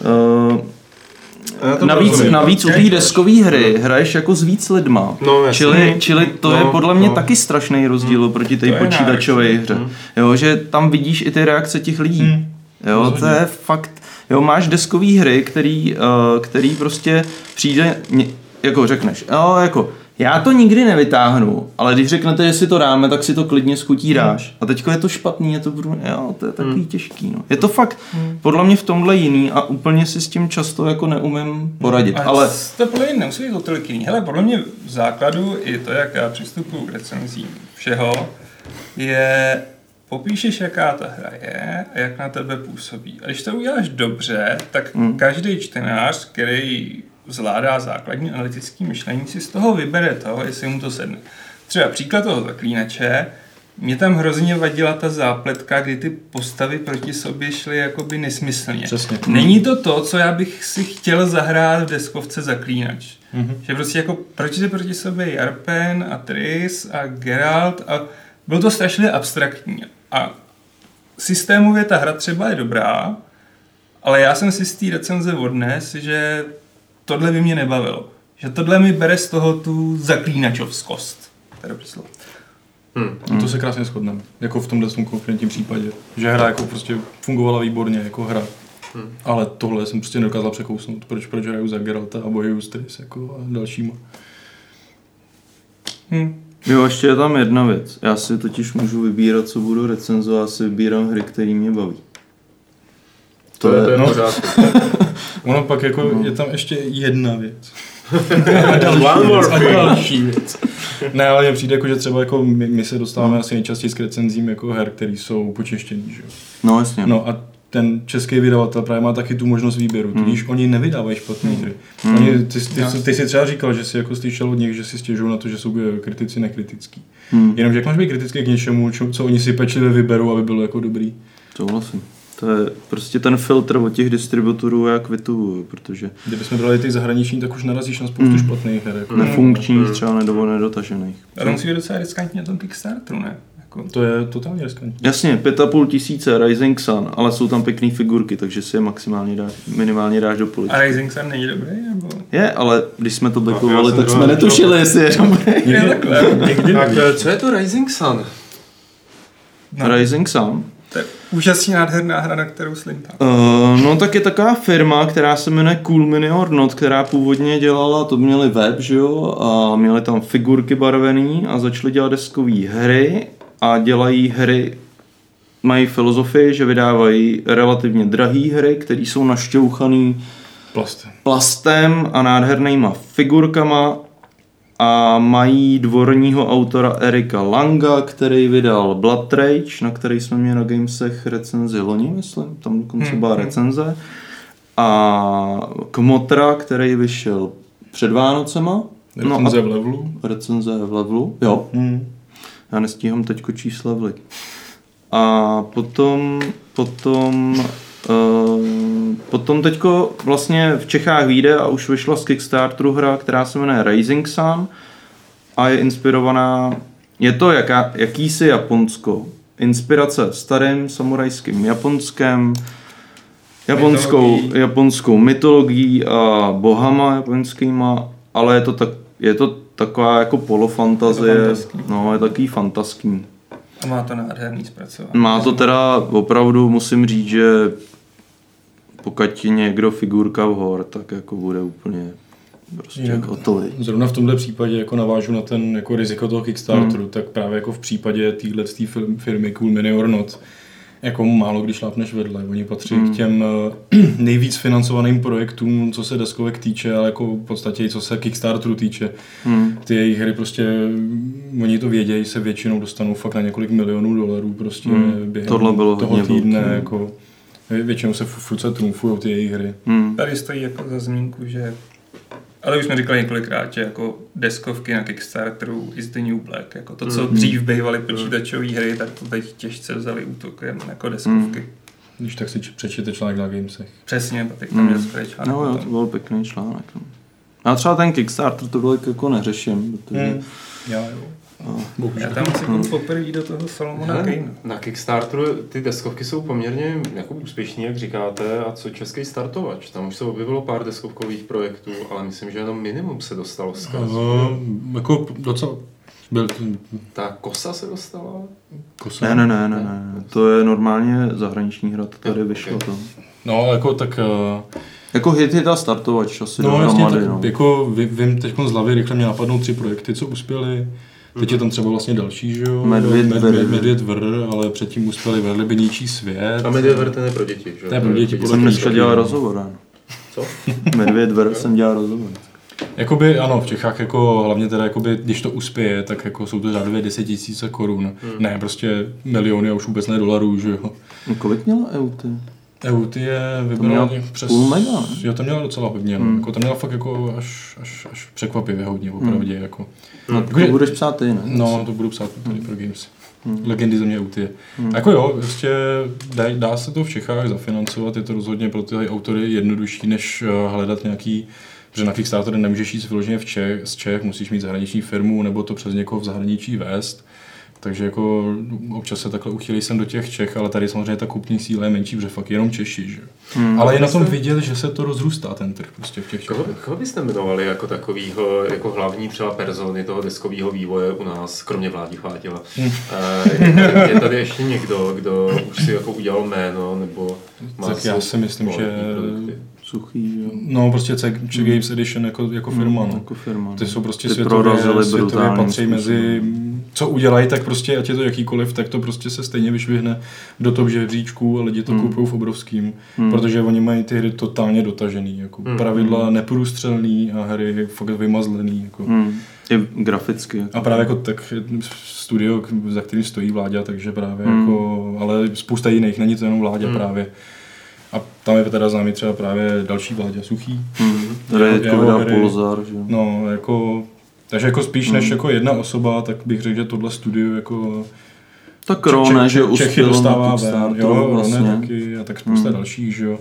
Navíc u té deskové hry hraješ jako s víc lidma, čili to je podle mě taky strašný rozdíl proti té počítačové hře, jo, že tam vidíš i ty reakce těch lidí, jo, to je fakt, jo, máš deskové hry, který prostě přijde, jako řekneš, jo, jako já to nikdy nevytáhnu, ale když řeknete, že si to dáme, tak si to klidně skutí dáš. A teďko je to špatný, to je takový těžký. No. Je to fakt podle mě v tomhle jiný a úplně si s tím často jako neumím poradit. Ale to podle mě nemusí být o tolik jiný. Hele, podle mě v základu i to, jak já přistupuji k recenzím všeho, je popíšeš, jaká ta hra je a jak na tebe působí. A když to uděláš dobře, tak každý čtenář, který zvládá základní analytické myšlení, si z toho vybere toho, jestli mu to sedne. Třeba příklad toho Zaklínače, mě tam hrozně vadila ta zápletka, kdy ty postavy proti sobě šly jakoby nesmyslně. Přesně. Není to to, co já bych si chtěl zahrát v deskovce Zaklínač. Že prostě jako proti sobě Jarpen a Triss a Geralt a bylo to strašně abstraktní. A systémově ta hra třeba je dobrá, ale já jsem si z té recenze odnes, že tohle by mě nebavilo. Že tohle mi bere z toho tu zaklínačovskost. To se krásně shodneme, jako v tomhle konkrétním případě, že hra jako prostě fungovala výborně jako hra, ale tohle jsem prostě nedokázal překousnout, proč hraju za Geralta a bojuju s Triss jako a dalšíma. Jo, ještě je tam jedna věc, já si totiž můžu vybírat, co budu recenzovat, já si vybírám hry, které mě baví. To je no. pořádku. Ono pak jako je tam ještě jedna věc. A další věc. Ne, ale mně přijde jako, že třeba jako my se dostáváme asi nejčastěji k recenzím jako her, které jsou počeštěný, že jo. No jasně. No a ten český vydavatel právě má taky tu možnost výběru, tudíž oni nevydávají špatné hry. Ty si třeba říkal, že jsi jako slyšel od nich, že si stěžují na to, že jsou kritici nekritický. Jenomže jak máš být kritický k něčemu, co oni si pečlivě vyberou, aby bylo jako dobrý? To vlastně. To je prostě ten filtr od těch distributorů, jak vytuhuju, protože... Kdybychom brali ty zahraniční, tak už narazíš na spoustu špatných her. Jako nefunkčních třeba nebo nedotažených. Ale musí být docela riskantní na tom Kickstarteru, ne? Jako... To je totálně riskantní. Jasně, 5,5 Rising Sun, ale jsou tam pěkný figurky, takže si je minimálně dáš do poličky. A Rising Sun není dobrý, nebo? Je, ale když jsme to backovali, tak jsme netušili, jestli je dobrý. Tak co je to Rising Sun? Rising Sun? To je úžasně nádherná hra, na kterou slintám. No tak je taková firma, která se jmenuje Cool Mini or Not, která původně dělala, to měli web, že jo, a měli tam figurky barvený a začali dělat deskové hry a dělají hry, mají filozofii, že vydávají relativně drahé hry, které jsou našťouchané plastem a nádhernýma figurkama a mají dvorního autora Erika Langa, který vydal Blood Rage, na který jsme měli na Gamesech recenzi loni, myslím, tam dokonce byla recenze. A Kmotra, který vyšel před Vánocema. Recenze v levelu. Recenze v levelu, jo. Já nestíhám teďko číst levely. A potom teďko vlastně v Čechách vyjde a už vyšla z Kickstarteru hra, která se jmenuje Rising Sun a je inspirovaná, je to jakýsi Japonsko. Inspirace starým samurajským japonskou mytologií a bohama japonskýma, ale je to taková jako polofantazie, no je takový fantaský. A má to nádherný zpracování. Má to teda opravdu, musím říct, že pokud někdo figurka v hor, tak jako bude úplně prostě hotový. Zrovna v tomhle případě jako navážu na ten jako riziko toho Kickstarteru, tak právě jako v případě téhleté firmy Cool Mini or Not, jako málo když šlápneš vedle. Oni patří k těm nejvíc financovaným projektům, co se deskovek týče, ale jako v podstatě i co se Kickstarteru týče. Ty jejich hry prostě, oni to vědějí, se většinou dostanou fakt na několik milionů dolarů prostě během toho týdne. Jako, většinou se furt se trumfujou ty jejich hry. Tady stojí jako za zmínku, že ale už jsme říkali několikrát, že jako deskovky na Kickstarteru is the new black. Jako to, co dřív bývaly počítačové hry, tak to teď těžce vzali útokem jako deskovky. Když tak si přečtěte článek na Gamesech. Přesně, tak tam je skvělý článek. No jo, to byl pěkný článek. No. Já třeba ten Kickstarter tohle jako neřeším, protože... Já tam si poprvé do toho Salomona Kane. Na Kickstarteru ty deskovky jsou poměrně jako úspěšní, jak říkáte, a co český startovač. Tam už se objevilo pár deskovkových projektů, ale myslím, že jenom minimum se dostalo z jako docela... Ta Kosa se dostala? Kosa? Ne. To je normálně zahraniční hra, to tady vyšlo to. No, jako tak... Jako hit a startovač asi jasně, tak, jako vím teď z hlavy, rychle mě napadnou 3 projekty, co uspěli. Teď je tam třeba vlastně další, že jo? Medvěd Vr, ale předtím uspěli Velrybinější svět. A Medvěd Vr ten je pro děti, že jo? To je pro děti. Jsem dneska dělal rozhovor, Co? Medvěd Vr jsem dělal rozhovor. Jakoby ano, v Čechách jako hlavně teda jakoby, když to uspěje, tak jako jsou to řádově 10 000 korun. Ne, prostě miliony a už vůbec ne dolarů, že jo. No, kolik měla EUT? EUT je vybrala přes... půl mega, ne? Jo, to měla docela hodně, no. Jako, to měla fakt jako až překvapivě hodně, opravdě, jako. To budeš psát ty, ne? No, to budu psát tady pro Games. Legendy země EUT je. Jako jo, prostě dá se to v Čechách zafinancovat, je to rozhodně pro tyhle autory jednodušší, než hledat nějaký, protože na Kickstarter nemůžeš jít vyloženě z Čech, musíš mít zahraniční firmu, nebo to přes někoho v zahraničí vést. Takže jako občas se takhle uchylí jsem do těch Čech, ale tady samozřejmě ta kupní síla je menší, protože fakt jenom Češi, že? Ale je na tom vidět, že se to rozrůstá ten trh prostě v těch Čechách. Koho byste jmenovali jako takovýho, jako hlavní třeba persony toho deskového vývoje u nás, kromě Vládi Chvátila? Je tady ještě někdo, kdo už si jako udělal jméno, nebo má tak já si myslím, že Suchý, jo. No prostě Czech Games Edition jako firma, no. Jako firma. Ty jsou prostě světově patří mezi, co udělají, tak prostě, ať je to jakýkoliv, tak to prostě se stejně vyšvihne do top žebříčků a lidi to kupují v obrovským, protože oni mají ty hry totálně dotažený, jako pravidla neprůstřelný a hry fakt vymazlený, jako. I graficky. Jako. A právě jako tak studio, za kterým stojí Vláďa, takže právě jako, ale spousta jiných, není to jenom Vláďa právě. A tam je teda známý třeba právě další Vláďa Suchý. Tady je Polzar, že? No, jako, takže jako spíš než jako jedna osoba, tak bych řekl, že tohle studio jako... Tak Rone, že Čechy dostává ven, jo, vlastně. Rone taky a tak spousta dalších, že jo.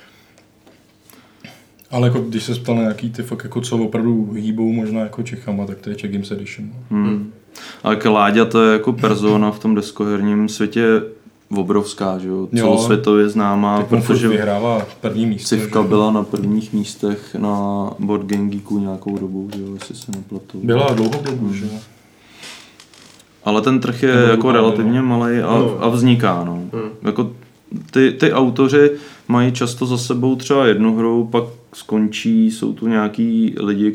Ale jako když se ptal na nějaký ty fakt jako co opravdu hýbou možná jako Čechama, tak to je Czech Games Edition. Ale Láďa to je jako persona v tom deskoherním světě obrovská, že jo, celosvětově známá, protože vyhrává první místo. Civka byla na prvních místech na Board Game Geeku nějakou dobu, že jo, jestli se nepletu. Byla dlouhou dobu, že jo. Ale ten trh je jako relativně malej a vzniká, no. Jako ty autoři mají často za sebou třeba jednu hru, pak skončí, jsou tu nějaký lidi,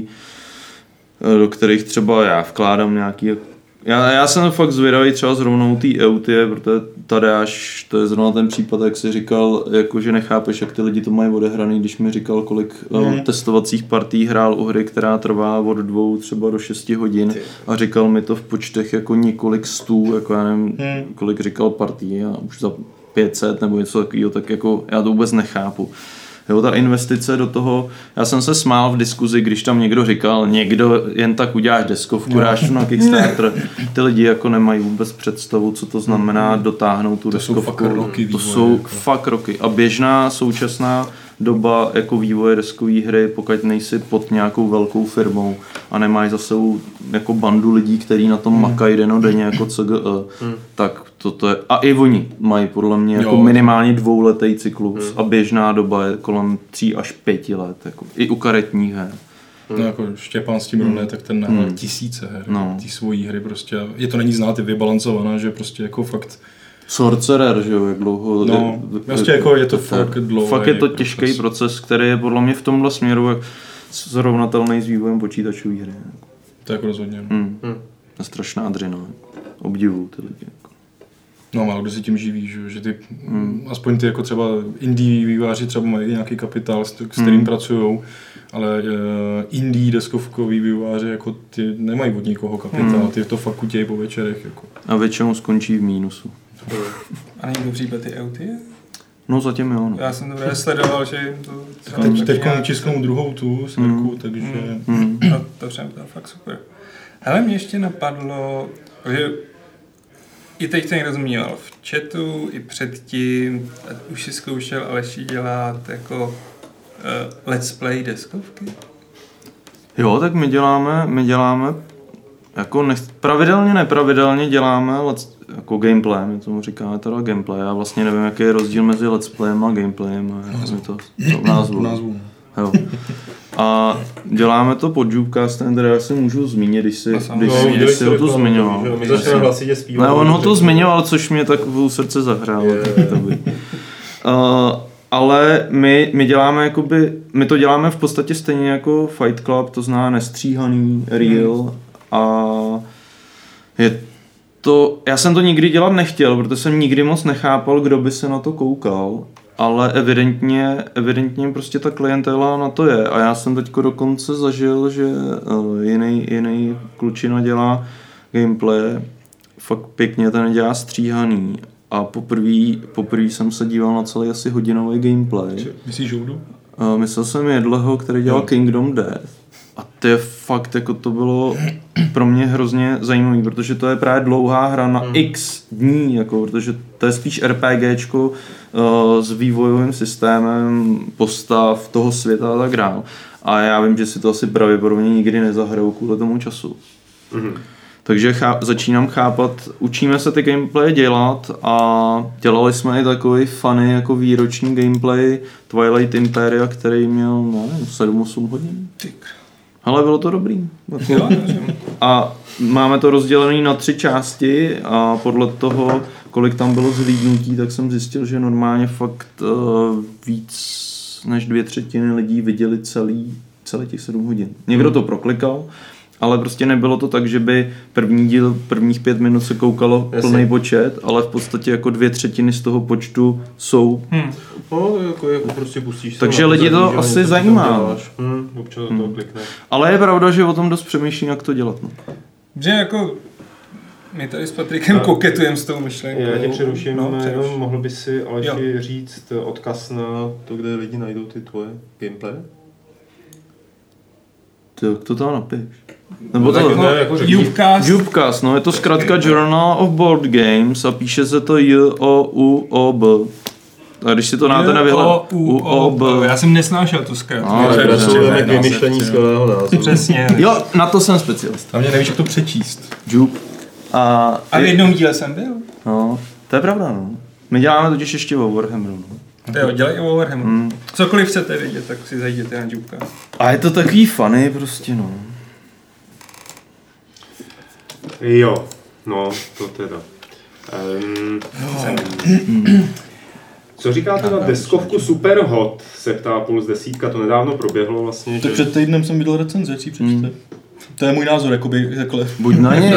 do kterých třeba já vkládám nějaký. Já jsem fakt zvědavý třeba zrovna té EUTie, protože Tadeáš, to je zrovna ten případ, jak jsi říkal, jako, že nechápeš, jak ty lidi to mají odehraný, když mi říkal, kolik testovacích partí hrál u hry, která trvá od 2 třeba do 6 hodin a říkal mi to v počtech jako několik stů, jako já nevím, kolik říkal partí a už za 500 nebo něco takového, tak jako já to vůbec nechápu. Jo, ta investice do toho, já jsem se smál v diskuzi, když tam někdo říkal, někdo jen tak uděláš deskovku, dáš na Kickstarter, ty lidi jako nemají vůbec představu, co to znamená dotáhnout tu deskovku. To jsou fakt roky a běžná současná doba jako vývoje deskové hry, pokud nejsi pod nějakou velkou firmou a nemáš za sebou jako bandu lidí, kteří na tom makají dennodenně jako CGE, tak toto je, a i oni mají podle mě jako minimálně 2letý cyklus a běžná doba je kolem 3 až 5 let, jako, i u karetních her. No jako Štěpán s tím Rone, tak ten nahrál tisíce her, ty svojí hry prostě, je to není znát, je vybalancovaná, že prostě jako fakt Sorcerer, že jo, jak dlouho... No, vlastně jako je to fakt dlouhý. Fakt je to těžký proces, který je podle mě v tomhle směru srovnatelný s vývojem počítačové hry. To jako rozhodně. To je strašná dřina. Obdivuju ty lidi. Jako. No, málo kdo si tím živí, že ty, aspoň ty jako třeba indie vývojáři třeba mají nějaký kapitál, s kterým pracujou, ale indie deskovkový vývojáři jako ty nemají od nikoho kapitál, ty to fakt kutějí po večerech. Jako. A většinou skončí v mínusu. A není to případ ty EUTie? No zatím jo. No. Já jsem to sledoval, že to... Teď tisknou druhou tu sérku, takže... No, to všem to fakt super. Hele, mě ještě napadlo, že i teď to někdo zmiňoval v chatu, i předtím, už si zkoušel Aleši dělat jako let's play deskovky? Jo, tak my děláme jako nepravidelně děláme jako gameplay, my tomu říkáme teda gameplay. Já vlastně nevím, jaký je rozdíl mezi let's playem a gameplayem. To v názvu. Jo. A děláme to pod Jukecastem, které já si můžu zmínit, když si ho tu zmiňoval. My začneme hlasitě zpívat. Ne, on ho to zmiňoval, což mě tak v srdce zahrálo. Ale my děláme my to děláme v podstatě stejně jako Fight Club, to znamená nestříhaný, real a je to, já jsem to nikdy dělat nechtěl, protože jsem nikdy moc nechápal, kdo by se na to koukal ale evidentně prostě ta klientela na to je. A já jsem teďko dokonce zažil, že jiný klučina dělá gameplay, fakt pěkně ten dělá stříhaný. A poprvé jsem se díval na celý asi hodinový gameplay. Myslíš Joudu? Myslel jsem Jedleho, který dělal Kingdom Death. A to je fakt, jako to bylo pro mě hrozně zajímavý, protože to je právě dlouhá hra na x dní, jako, protože to je spíš RPGčko s vývojovým systémem postav toho světa a tak dál. A já vím, že si to asi pravděpodobně nikdy nezahraju kvůli tomu času. Takže začínám chápat, učíme se ty gameplay dělat a dělali jsme i takový funny jako výroční gameplay Twilight Imperia, který měl, nevím, 7-8 hodin. Ale bylo to dobrý. A máme to rozdělené na 3 části a podle toho, kolik tam bylo zhlídnutí, tak jsem zjistil, že normálně fakt víc než 2/3 lidí viděli celý těch 7 hodin. Někdo to proklikal, ale prostě nebylo to tak, že by první díl, prvních 5 minut se koukalo plný počet, ale v podstatě jako 2/3 z toho počtu jsou. No, jako prostě pustíš se. Takže lidi to asi zajímá. Občas to klikne. Ale je pravda, že o tom dost přemýšlím, jak to dělat. No. Že jako my tady s Patrikem koketujeme s tou myšlenkou. Já tě přeruším, mohl by si Aleši říct odkaz na to, kde lidi najdou ty tvoje gameplay? Jak to tam napiš? Nebo to jako Jupcast, no je to zkrátka Journal of Board Games a píše se to J-O-U-O-B. A když si to dáte na vyhled... U-O-B. Já jsem nesnášel tu zkrátku. Gratulujeme k vymyšlení skvělého názvu. Přesně. Jo, na to jsem specialista. A mě nevíš, jak to přečíst. Jup. A v jednom díle jsem byl. No, to je pravda, no. My děláme totiž ještě o Warhammeru, no. Jo, dělají o Warhammeru. Cokoliv chcete vidět, tak si zajděte na Jupcast. A je to takový funny prostě, no. Jo, no, to teda. Co říkáte na deskovku Super Hot, se ptá Puls 10, to nedávno proběhlo vlastně. Tak před týdnem jsem viděl recenzi, jak si přečte. To je můj názor, jakoby, Buď na něj,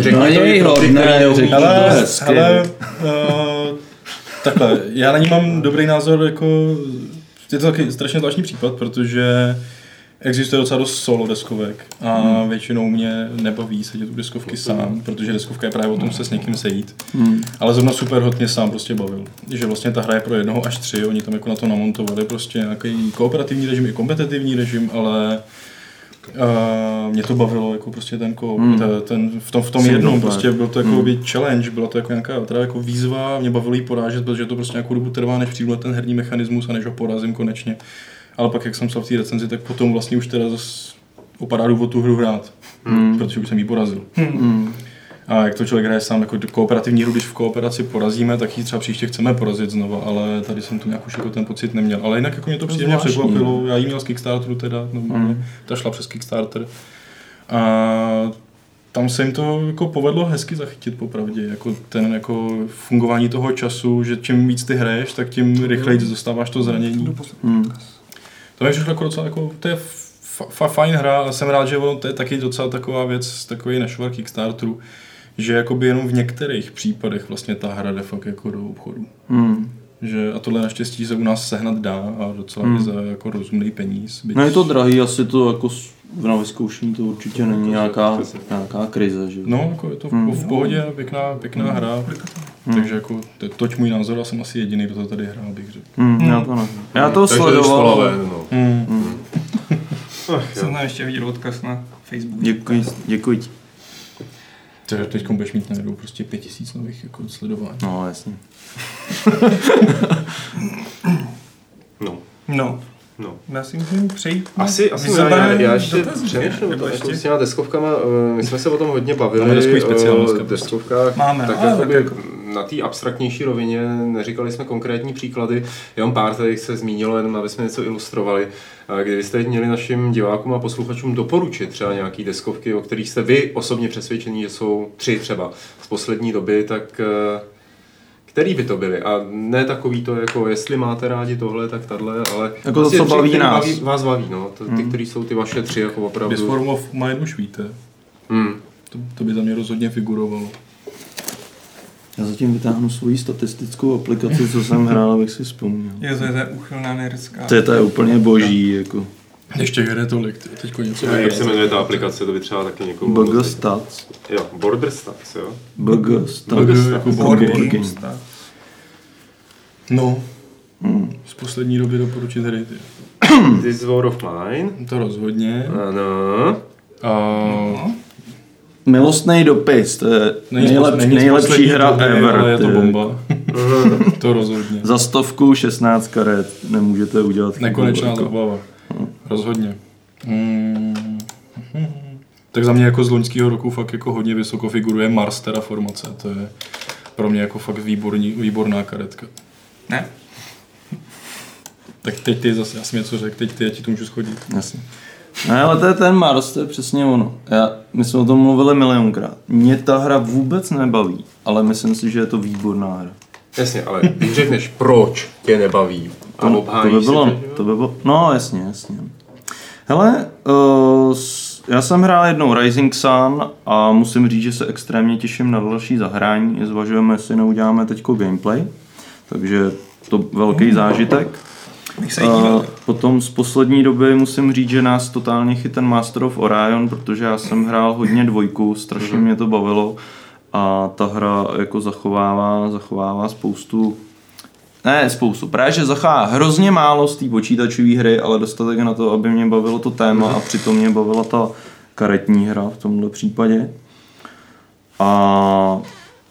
takhle, já na ní mám dobrý názor, jako, je to taky strašně zvláštní případ, protože existuje docela dost solo deskovek a většinou mě nebaví sedět u deskovky sám, protože deskovka je právě o tom se s někým sejít. Ale zrovna Superhot mě sám prostě bavil, že vlastně ta hra je pro 1 až 3, oni tam jako na to namontovali prostě nějaký kooperativní režim i kompetitivní režim, ale mě to bavilo jako prostě ten v tom jednom prostě byl to jako challenge, byla to jako nějaká teda jako výzva, mě bavilo jí porážet, protože to prostě nějakou dobu trvá, než přijdu na ten herní mechanismus a než ho porazím konečně. Ale pak, jak jsem psal v té recenzi, tak potom vlastně už teda zase opadá důvod tu hru hrát, protože už jsem ji porazil. A jak to člověk hraje sám jako kooperativní hru, když v kooperaci porazíme, tak ji třeba příště chceme porazit znova, ale tady jsem tu nějak už jako ten pocit neměl. Ale jinak jako mě to příjemně překvapilo, já ji měl z Kickstarteru teda, ta šla přes Kickstarter. A tam se jim to jako povedlo hezky zachytit popravdě, jako ten jako fungování toho času, že čím víc ty hraješ, tak tím rychleji dostáváš to zranění. To je jako docela jako, to je fajn hra a jsem rád, že ono to je taky docela taková věc, takový nešvar Kickstarteru, že jakoby jenom v některých případech vlastně ta hra jde fakt jako do obchodu. Že, a tohle naštěstí se u nás sehnat dá a docela i za jako rozumný peníz. No je to drahý, asi to jako na vyzkoušení to určitě není nějaká krize, že? No, jako je to v pohodě, pěkná hra. Takže jako toť můj názor, já jsem asi jediný, kdo to tady hrál, bych řekl. Já to sledoval. Jsem tam ještě viděl odkaz na Facebook. Děkuji ti. Teď budeš mít najednou prostě 5000 nových jako sledování. No, jasně. No. Já si můžu přejít. Asi já ještě přemýšlím o tom, jako s těma deskovkama, my jsme se o tom hodně bavili o deskovkách, tak jakoby na té abstraktnější rovině, neříkali jsme konkrétní příklady, jenom pár tady se zmínilo, jenom aby jsme něco ilustrovali. Kdybyste měli našim divákům a posluchačům doporučit třeba nějaký deskovky, o kterých jste vy osobně přesvědčení, že jsou 3 třeba z poslední doby, tak který by to byly? A ne takový to, jako jestli máte rádi tohle, tak tahle, ale jako to, co baví nás. Vás baví, no. Ty, který jsou ty vaše 3, jako opravdu. This Form of Mine už víte. To by za mě rozhodně figurovalo. Já zatím vytáhnu svoji statistickou aplikaci, co jsem hrál, abych si vzpomněl. Jo, to je úchylná nerdská. To je úplně boží, jako. Ještě hraje tolik, teďko něco. Jak se jmenuje ta aplikace, to by třeba taky někomu... BG Stats. Jo, Border Stats, jo? BG Stats. Jako Board board Game game. Stats. No, z poslední doby doporučit hry, ty. This is War of Mine. To rozhodně. Ano. A Milostný dopis, to je není nejlepší poslední hra doby, ever. ale je to ty. bomba. To rozhodně. Za 100 16 karet nemůžete udělat. Nekonečná chybu, zábava. Rozhodně. Tak za mě jako z loňského roku fakt jako hodně vysoko figuruje Mars Terraformace. To je pro mě jako fakt výborná karetka. Ne? Tak teď ty zase, já jsem něco řekl, teď ty, já ti to můžu schodit. Jasně. Ne, ale to je ten Mars, to je přesně ono. My jsme o tom mluvili milionkrát. Mě ta hra vůbec nebaví, ale myslím si, že je to výborná hra. Jasně, ale když řekneš, proč tě nebaví a obhájíš to by bylo, no jasně. Hele, já jsem hrál jednou Rising Sun a musím říct, že se extrémně těším na další zahrání. Zvažujeme, jestli neuděláme teďko gameplay, takže to velký zážitek. Potom z poslední doby musím říct, že nás totálně chyt ten Master of Orion, protože já jsem hrál hodně 2, strašně mě to bavilo a ta hra jako zachovává spoustu, právě že zachová hrozně málo z té počítačové hry, ale dostatek na to, aby mě bavilo to téma a přitom mě bavila ta karetní hra v tomhle případě. A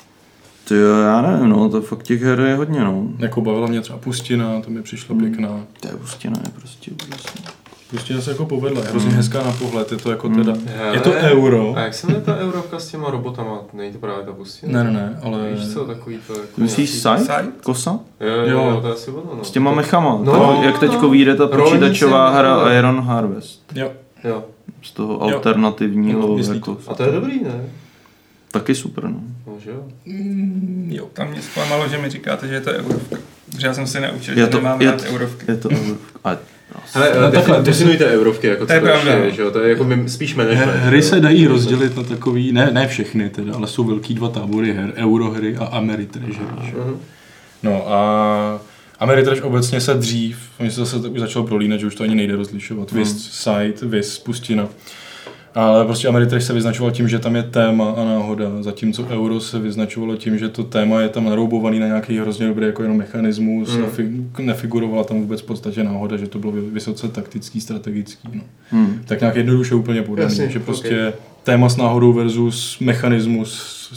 já nevím, no, to fakt těch her je hodně, no. Jako bavila mě třeba Pustina, to mi přišla pěkná. To je Pustina, je prostě úžasný. Pustina se jako povedla, je hrozně hezká na pohled, je to jako teda, je to euro. A jak se jmenuje ta eurovka s těma robotama? Není to právě ta Pustina? Ne, ale... Víš co, takový to jako... Myslíš Side? Kosa? Jo, to je asi ono, no. S těma mechama. No, jak teďko vyjde ta počítačová hra Iron Harvest. Jo. Z toho alternativního jako... A to je dobrý, ne? Taky super, no. No, že jo. Jo. Tam mě zklamalo, že mi říkáte, že je to eurovka. Protože já jsem si naučil, Je že to- nemám je- rád eurovky. Je to eurovka. Hele, definujte eurovky, jako co To je to pravda. je, že jo? To je jako spíš management. Hry se dají rozdělit na takový, ne všechny teda, ale jsou velký 2 tábory her, eurohry a Ameritrash hry. No a Ameritrash obecně se dřív, mě se zase už začalo prolínat, že už to ani nejde rozlišovat, Viz Site, Viz Pustina. Ale prostě Ameritrash se vyznačoval tím, že tam je téma a náhoda, zatímco Euro se vyznačovalo tím, že to téma je tam naroubovaný na nějaký hrozně dobrý jako jenom mechanismus, nefigurovala tam vůbec v podstatě náhoda, že to bylo vysoce taktický, strategický. No. Tak nějak jednoduše úplně podaný, Jasně, že prostě téma s náhodou versus mechanismus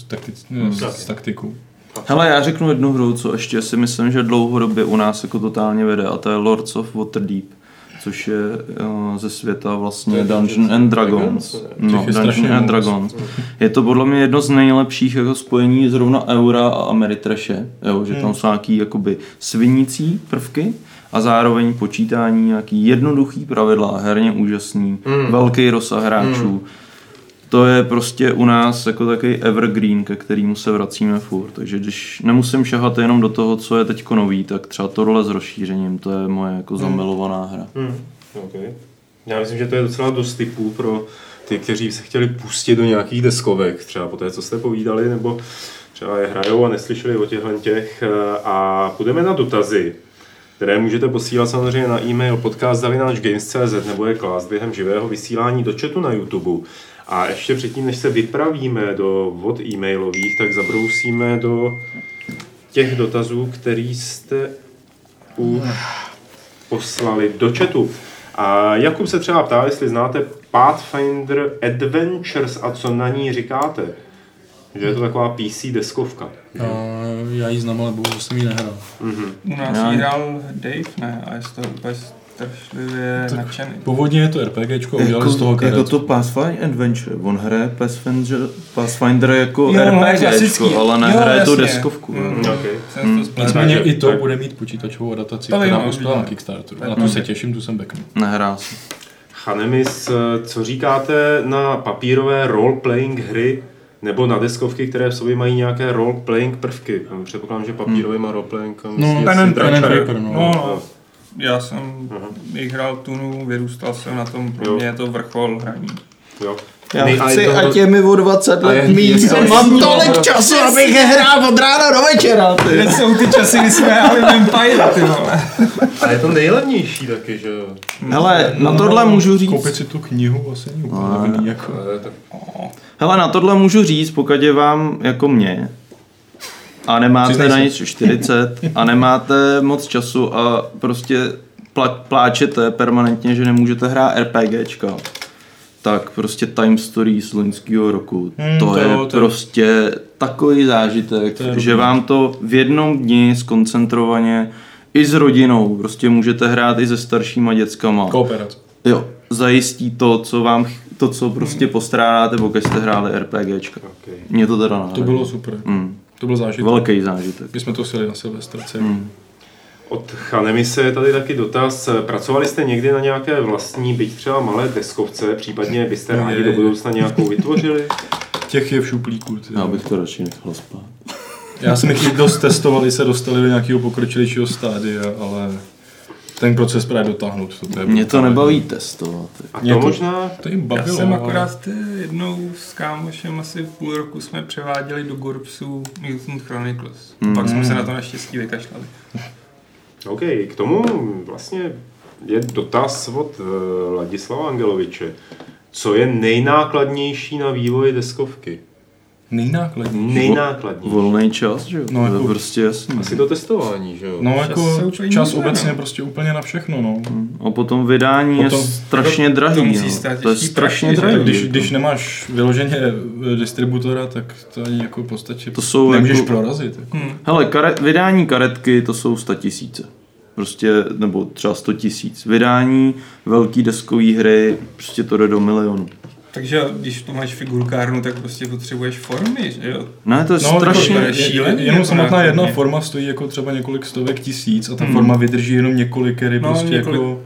s taktikou. Hele, já řeknu jednu hru, co ještě si myslím, že dlouhodobě u nás jako totálně vede, a to je Lords of Waterdeep, což je ze světa vlastně Dungeons and Dragons. No, Dungeons and Dragons. Je to podle mě jedno z nejlepších jako spojení zrovna Eura a Ameritrashe, jo, že tam jsou nějaký jakoby svinící prvky a zároveň počítání, nějaký jednoduchý pravidla, herně úžasný, velký rozsah hráčů. To je prostě u nás jako takový evergreen, ke kterému se vracíme furt. Takže když nemusím šahat jenom do toho, co je teďko nový, tak třeba tohle s rozšířením, to je moje jako zamilovaná hra. Okay. Já myslím, že to je docela dost typů pro ty, kteří se chtěli pustit do nějakých deskovek, třeba po té, co jste povídali, nebo třeba je hrajou a neslyšeli o těch. A půjdeme na dotazy, které můžete posílat samozřejmě na e-mail podcast@games.cz nebo je klást během živého vysílání do chatu na YouTube. A ještě předtím, než se vypravíme do vod e-mailových, tak zabrousíme do těch dotazů, který jste poslali do chatu. A Jakub se třeba ptá, jestli znáte Pathfinder Adventures a co na ní říkáte. Že je to taková PC deskovka. Já ji znám, ale bohužel jsem ji nehrál. U nás jí hrál Dave, ne? A je z toho úplně strašlivě nadšený. Původně je to RPGčko, udělali z toho karet. Jako to Pathfinder Adventure, on hraje Pathfinder jako Jo, RPGčko, ale nehraje to jasně. deskovku. Nicméně i to bude mít počítačovou adaptaci, která uspěla na Kickstarteru. A na tu se těším, tu jsem backnu. Nehrál jsem. Chanemis, co říkáte na papírové role-playing hry nebo na deskovky, které v sobě mají nějaké role-playing prvky? Předpokládám, že papírovým a role-playing Pen and Paper. No. Já jsem jich hrál tunu, vyrůstal jsem na tom, pro mě je to vrchol hraní. Jo. Já chci, ať je mi o 20 let míň. Mám tolik času, abych je hrál od rána do večera. Ty jsou ty časy, kdy jsme hráli Vampire, ty vole. A je to nejlevnější taky, že jo? Hele, na tohle můžu říct... Koupit si tu knihu asi není úplně levný, jako. Hele, na tohle můžu říct, pokud je vám jako mě a nemáte na nic 40 a nemáte moc času a prostě pláčete permanentně, že nemůžete hrát RPGčka, tak prostě Time Story z loňského roku, to je prostě takový zážitek, že vám to v jednom dni zkoncentrovaně i s rodinou, prostě můžete hrát i se staršíma dětskama. Kooperace. Jo, zajistí to, co prostě postrádáte, pokud jste hráli RPGčka. Okay. Mě to teda nahradí. To bylo super. To byl zážitek. Velký zážitek. My jsme to sjeli na Silvestrce. Od Chanemise je tady taky dotaz. Pracovali jste někdy na nějaké vlastní, byť třeba malé deskovce, případně byste rádi do budoucna nějakou vytvořili? Těch je v šuplíku. Já bych to radši nechal spát. Já jsem jich dost testovali, se dostali do nějakého pokročilejšího stádia, ale ten proces právě dotáhnout. Mě to nebaví testovat. A to možná... To jim bavilo. Já jsem akorát jednou s kámošem asi půl roku jsme převáděli do GURPSu Mutant Chronicles. Pak jsme se na to naštěstí vykašlali. OK, k tomu vlastně je dotaz od Ladislava Angeloviče. Co je nejnákladnější na vývoji deskovky? Nejnákladnější? Volný čas, že jo? No, jako, to je prostě jasný. Asi to testování, že jo? No jako čas obecně prostě úplně na všechno, no. A potom vydání je strašně drahý, to je strašně drahý. Když nemáš vyloženě distributora, tak to ani jako v podstatě to nemůžeš jako, prorazit. Jako. Hele, vydání karetky to jsou 100 000. Prostě, nebo třeba 100 000. Vydání velký deskový hry, prostě to jde do milionu. Takže když tu máš figurkárnu, tak prostě potřebuješ formy, že jo? Ne, to je strašně šílený. Jenom samotná jedna forma stojí jako třeba několik stovek tisíc a ta forma vydrží jenom několik kery, prostě jako...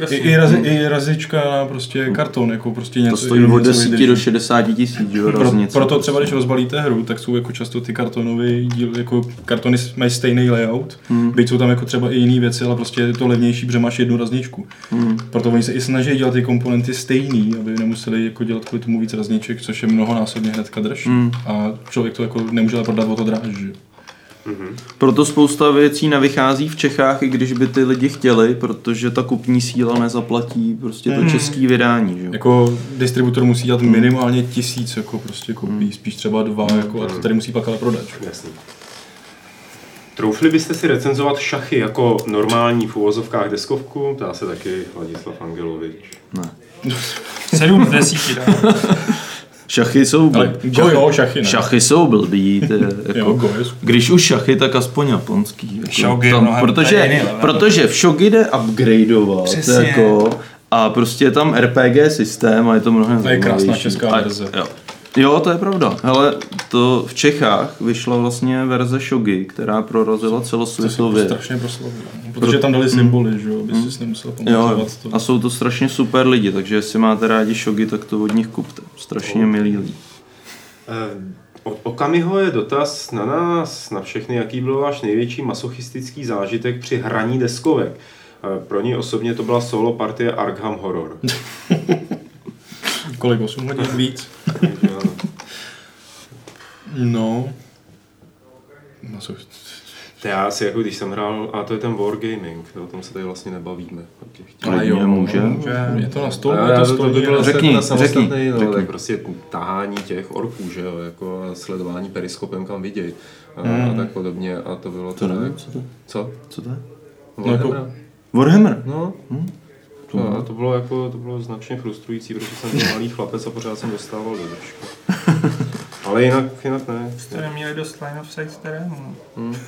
I razička na prostě karton, jako prostě něco. To stojí od 10 do 60 000, jo, raznice. Proto třeba, když rozbalíte hru, tak jsou jako často ty kartonové díly, jako kartony mají stejný layout, byť jsou tam jako třeba i jiné věci, ale prostě je to levnější, protože máš jednu razničku. Proto oni se i snaží dělat ty komponenty stejný, aby nemuseli jako dělat kvůli tomu víc razniček, což je mnohonásobně hnedka dražší. A člověk to jako nemůže prodat o to dráž, že? Proto spousta věcí nevychází v Čechách, i když by ty lidi chtěli, protože ta kupní síla nezaplatí prostě to český vydání. Že? Jako distributor musí dělat minimálně 1000 jako prostě kopií, spíš třeba 2 jako, a to tady musí pak ale prodat. Jasný. Troufli byste si recenzovat šachy jako normální v uvozovkách deskovku? Ptá se taky Ladislav Angelovič. Ne. 7 z 10. Šachy jsou šachy jsou blbý. Jako, když už šachy, tak aspoň japonský. Jako, protože v Shogi jde upgradeovat. Jako, a prostě je tam RPG systém a je to mnohem zajímavější. To je krásná česká verze. Jo, to je pravda. Hele, to v Čechách vyšla vlastně verze Shogi, která prorazila celosvětově. To strašně proslavilo, protože tam dali symboly, že jo, aby si nemusel pamatovat to. A jsou to strašně super lidi, takže jestli máte rádi Shogi, tak to od nich kupte. Strašně milí lidi. Od Okamiho je dotaz na nás, na všechny, jaký byl váš největší masochistický zážitek při hraní deskovek. Pro něj osobně to byla solo partie Arkham Horror. Kolik? 8 hodin víc? No. Já si jako když jsem hrál, a to je ten Wargaming, o tom se tady vlastně nebavíme. Ale jo, může. Je to na stole, to by bylo řekni. Tak prostě tahání těch orků, že jo, jako sledování periskopem, kam vidějí a tak podobně a to bylo to nevím, co to je? Warhammer? No. A to bylo značně frustrující, protože jsem byl malý chlapec a pořád jsem dostával do držku. Ale jinak ne. Jste neměli dost line of sight z terénu.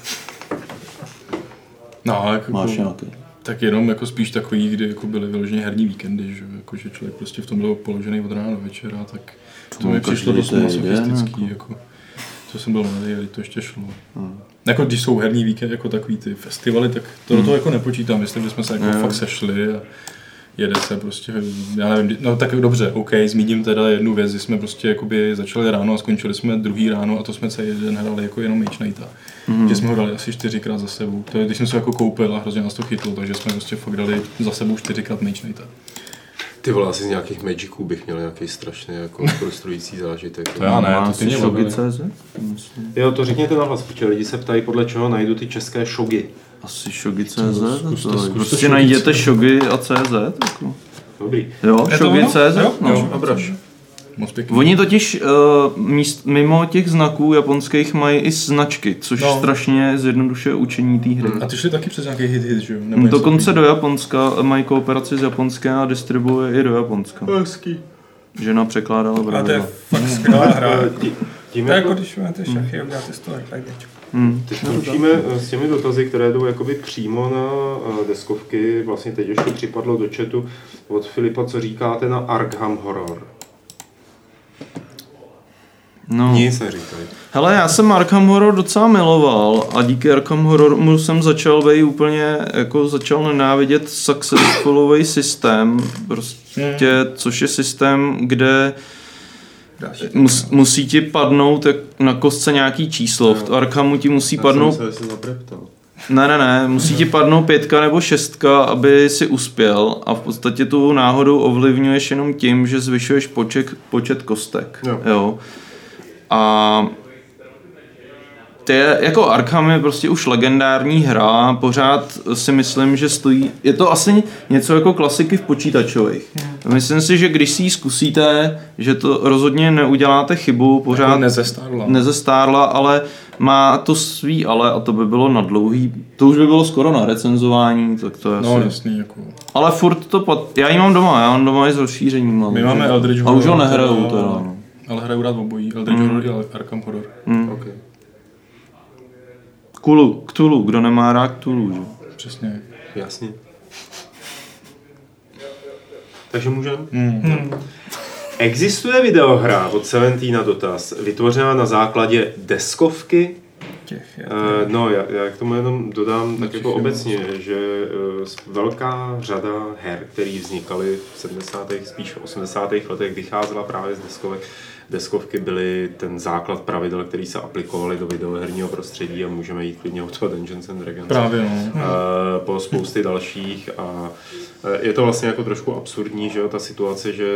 No, jako, máš nějaký. Tak jenom jako spíš takový, kdy jako byly vyloženě herní víkendy, že jako, že člověk prostě v tom byl položený od rána do večera, tak to mi přišlo dost masochistický, jako. Co jsem byl mladý, ale to ještě šlo. Jako když jsou herní víkend, jako takový ty festivaly, tak to do toho jako nepočítám, jestli bychom se jako fakt sešli a jede se prostě, já nevím, no tak dobře, OK, zmíním teda jednu věc, že jsme prostě jakoby začali ráno a skončili jsme druhý ráno a to jsme celý den hrali jako jenom Mage Knighta. Že jsme ho dali asi 4krát za sebou. To je, když jsem se jako koupil a hrozně nás to chytlo, takže jsme prostě fakt dali za sebou 4krát Mage Knighta. Ty vole, asi z nějakých Magiců bych měl nějaký strašný jako frustrující zážitek. To já ne, to ty mě bavili. Shogi.cz? Jo, to řekněte nahlas, protože lidi se ptají, podle čeho najdu ty české shogi. Asi Shogi.cz? Prostě najděte Shogi a CZ. Jako. Dobrý. Jo, Shogi.cz? No, abraž. Oni totiž mimo těch znaků japonských mají i značky, což strašně zjednodušuje učení té hry. A ty šli taky přes nějaký hit, že jo? Dokonce do Japonska, mají kooperaci s Japonska a distribuje i do Japonska. Hezký. Žena překládala A to je fakt skvělá hra. To je jako když máte šachy, uděláte z toho RPGčko. Teď končíme s těmi dotazy, které jdou jakoby přímo na deskovky. Vlastně teď ještě připadlo do chatu od Filipa, co říkáte na Arkham Horror. No. Nic neříkají. Hele, já jsem Arkham Horror docela miloval a díky Arkham Horror jsem začal nenávidět successfulový systém, prostě, což je systém, kde musí ti padnout na kostce nějaký číslo. V Arkhamu ti musí padnout... Ne, musí ti padnout 5 nebo 6, aby si uspěl a v podstatě tu náhodou ovlivňuješ jenom tím, že zvyšuješ počet kostek. Jo. A to je, jako Arkham je prostě už legendární hra, pořád si myslím, že stojí, je to asi něco jako klasiky v počítačových. Myslím si, že když si ji zkusíte, že to rozhodně neuděláte chybu, pořád jako nezestárla, ale má to svý ale a to by bylo na dlouhý, to už by bylo skoro na recenzování, tak to je asi... No jasný, jako... Ale furt to, já ji mám doma i s rozšířením. My máme Eldritch Horror. A už ho nehraju teda, no. Ale hraju rád obojí, Eldritch Horror i Arkham Horror. Okay. Cthulhu, kdo nemá rád Cthulhu, že? Přesně. Jasně. Takže můžeme? Existuje videohra od Seventeena dotaz, vytvořená na základě deskovky? No, já k tomu jenom dodám tak jako obecně, že velká řada her, které vznikaly v 70. spíš v 80. letech, vycházela právě z deskovek. Deskovky byly ten základ pravidel, který se aplikovaly do videoherního prostředí a můžeme jít klidně od Dungeons and Dragons. Právě, no. Po spousty dalších a je to vlastně jako trošku absurdní, že jo, ta situace, že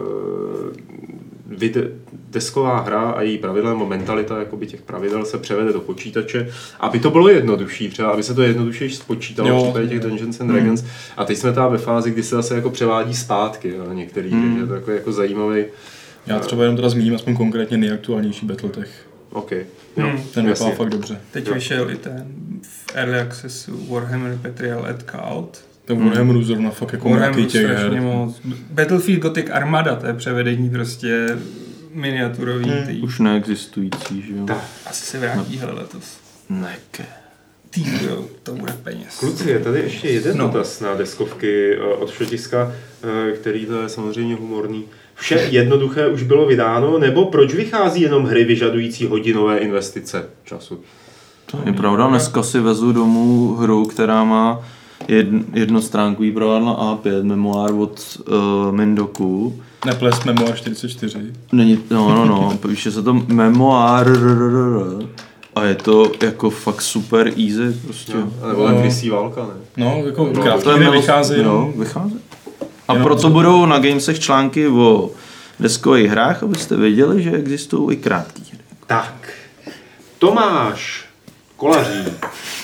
desková hra a její pravidla nebo mentalita jakoby těch pravidel se převede do počítače, aby to bylo jednodušší, třeba aby se to jednodušeji spočítalo v případě těch Dungeons and Dragons. A teď jsme tam ve fázi, kdy se zase jako převádí zpátky na některý, takže to je takový jako zajímavý. Já třeba jenom teda zmíním aspoň konkrétně nejaktuálnější Battletech. OK. Ten vypadá fakt dobře. Teď vyšel i ten v Early Accessu Warhammer Betrayal at Cult. Tak Warhammeru zrovna fakt jako nějaký těch her. Battlefield Gothic Armada, to je převedení prostě miniaturový. Už neexistující, že jo? Asi se vrátí letos. Neke. Týjo, to bude peněz. Kluci, je tady ještě jeden dotaz na deskovky od Šotiska, který to je samozřejmě humorný. Vše jednoduché už bylo vydáno, nebo proč vychází jenom hry vyžadující hodinové investice času? To je pravda, dneska si vezu domů hru, která má jednostránkový provár na A5, memoár od Mindoku. Neples Memoir 44. Není, no, píše se to memoár a je to jako fakt super easy prostě. No, nebo tak vysí válka, ne? No, jako krátké hry vychází. No, vychází. A proto budou na Gamesech články o deskových hrách, abyste věděli, že existují i krátké hry. Tak, Tomáš Kolařík.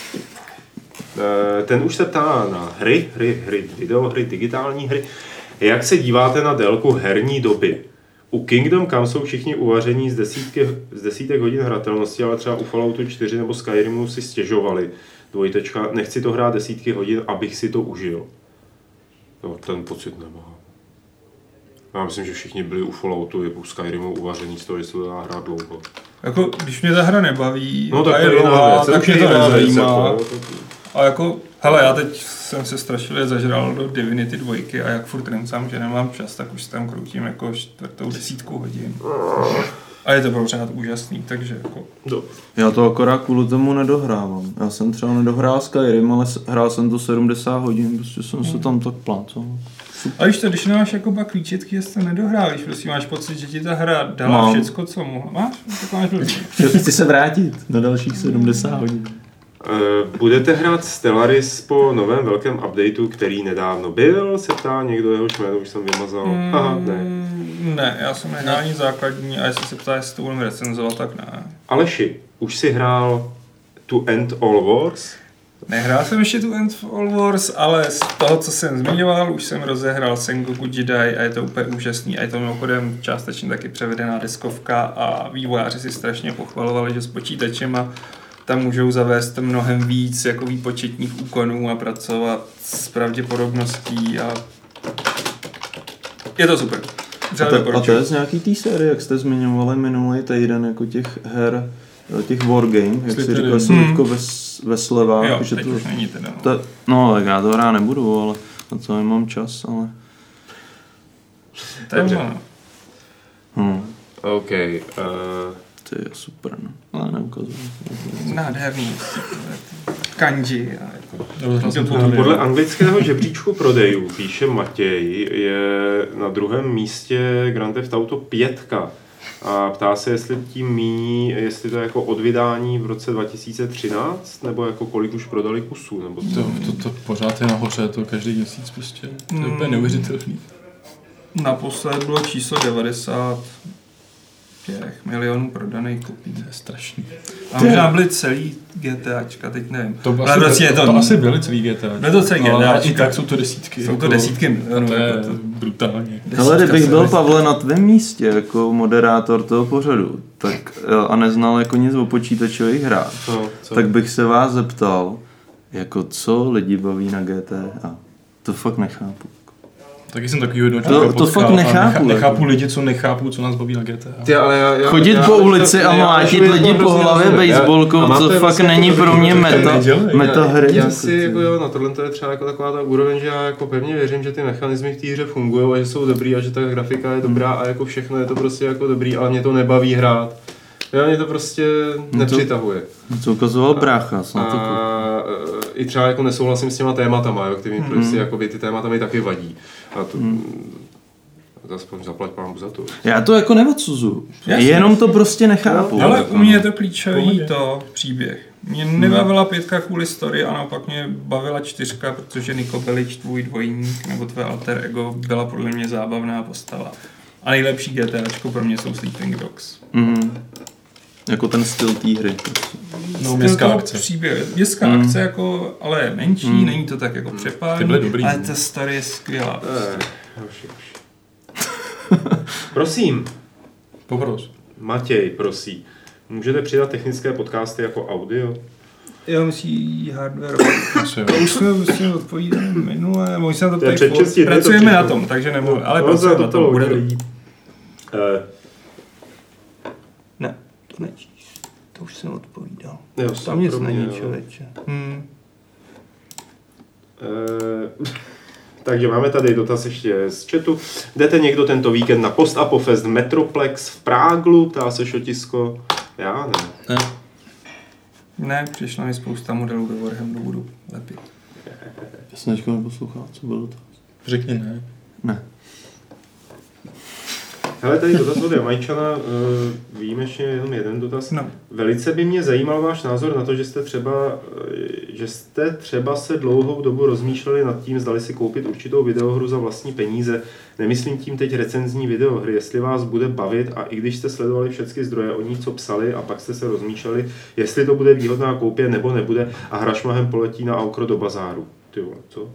Ten už se ptá na hry, videohry, digitální hry. Jak se díváte na délku herní doby? U Kingdom Come jsou všichni uvaření z desítek hodin hratelnosti, ale třeba u Falloutu 4 nebo Skyrimu si stěžovali. Nechci to hrát desítky hodin, abych si to užil. No, ten pocit nemá. Já myslím, že všichni byli u Falloutu i u Skyrimu uvaření z toho, že se to dá hrát dlouho. Jako, když mě ta hra nebaví, no, tak je dlouhá, tak mě to nezajímá. A jako, hele, já teď jsem se strašně zažral do Divinity 2 a jak furt nemcám, že nemám čas, tak už se tam kroutím jako 4 hodin. A je to pořád úžasný, takže jako... Já to akorát kvůli tomu nedohrávám. Já jsem třeba nedohrál Skyrim, ale hrál jsem to 70 hodin, prostě jsem se tam tak plácal. A když nemáš jako klíčetky, jestli to nedohrávíš, prostě máš pocit, že ti ta hra dala všecko, co mohla. Máš? Tak máš blbý. Chci se vrátit na dalších 70 hodin. Budete hrát Stellaris po novém velkém updateu, který nedávno byl? Se ptá někdo, jehož jméno už jsem vymazal. Aha, ne. Ne, já jsem nehrál ani základní a jestli se ptá, jestli to budeme recenzovat, tak ne. Aleši, už si hrál To End All Wars? Nehrál jsem ještě tu End All Wars, ale z toho, co jsem zmiňoval, už jsem rozehrál Sengoku Jedi a je to úplně úžasný. A je to mimochodem částečně taky převedená deskovka a vývojáři si strašně pochvalovali, že s počítačema tam můžou zavést mnohem víc jako výpočetních úkonů a pracovat s pravděpodobností a je to super. A to je z nějaký té série, jak jste zmiňovali minulý týden, jako těch her, těch wargame, jak si říkal, Slivko ve slevách. Jo, že teď to, už není teda. No, tak já to hrát nebudu, ale na to nemám čas, ale... Takže. OK. To je super, no. Ale neukazuji. Nádherný. Kanji. Podle anglického žebříčku prodejů, píše Matěj, je na druhém místě Grand Theft Auto 5. A ptá se, jestli tím míní, jestli to je jako od vydání v roce 2013, nebo jako kolik už prodali kusů, nebo to pořád je nahoře, to každý měsíc prostě. To je úplně neuvěřitelný. Naposled bylo číslo 90 milionů prodaných kopií. To je strašný. A možná byly celý GTAčka, teď nevím. To asi byly celý GTAčka. Bylo to celý GTAčka. I tak jsou to desítky. Jsou to desítky milionů. To je brutálně. Ale kdybych byl, Pavle, na tvém místě jako moderátor toho pořadu tak, a neznal jako nic o počítačových hrách, tak bych se vás zeptal, jako co lidi baví na GTA. To fakt nechápu. Taky jsem takový hodnotil. To fakt nechápu. Nechápu lidi, co nechápu, co nás baví na GTA. Chodit po ulici a mlátit lidi po hlavě baseballkou, co fakt není pro mě meta hry. Já si jako jo, na tohle to je třeba jako taková ta úroveň, že já jako pevně věřím, že ty mechanismy v té hře fungují a že jsou dobrý a že ta grafika je dobrá a jako všechno je to prostě jako dobrý, ale mě to nebaví hrát. Já mě to prostě nepřitahuje. Co ukazoval brácha, i třeba jako nesouhlasím s těma tématama, jo, který prostě jako ty témata mi taky vadí. A to aspoň zaplať pámu za to. Já to jako neodsuzuju. Jenom to prostě nechápu. Ale u mě je to klíčový příběh. Mě nebavila 5 kvůli story a naopak mě bavila 4, protože Niko Bellic, tvůj dvojník nebo tvé alter ego byla podle mě zábavná postava. A nejlepší GTAčko pro mě jsou Sleeping Dogs. Jako ten styl té hry. No, městská akce. Městská akce jako, ale menší, není to tak jako přepálení, ale ta story je skvělá. Prosím. Popros. Matěj, prosím. Můžete přidat technické podcasty jako audio? Jo, myslí hardware. To už jsme odpovídali minule, možná to tady pracujeme na tom, takže nemůžu, ale pracujeme na tom, bude to. Ne, to nečíš. To už jsem odpovídal. Jo, tam nic není, člověče. Takže máme tady dotaz ještě z chatu. Jdete někdo tento víkend na Post-Apo-fest Metroplex v Práglu? Ptá se Šotisko. Já ne. Ne, přišla mi spousta modelů do Warhammeru, budu lepit. Já jsem teďko neposlouchal, co byl dotaz. Řekni ne. Ne. Hele, tady dotaz od Jamajčana, výjimečně jenom jeden dotaz. No. Velice by mě zajímal váš názor na to, že jste třeba se dlouhou dobu rozmýšleli nad tím, zdali si koupit určitou videohru za vlastní peníze. Nemyslím tím teď recenzní videohry, jestli vás bude bavit a i když jste sledovali všechny zdroje o ní, co psali a pak jste se rozmýšleli, jestli to bude výhodná koupě nebo nebude a hra šmahem poletí na aukro do bazáru. Ty vole, co?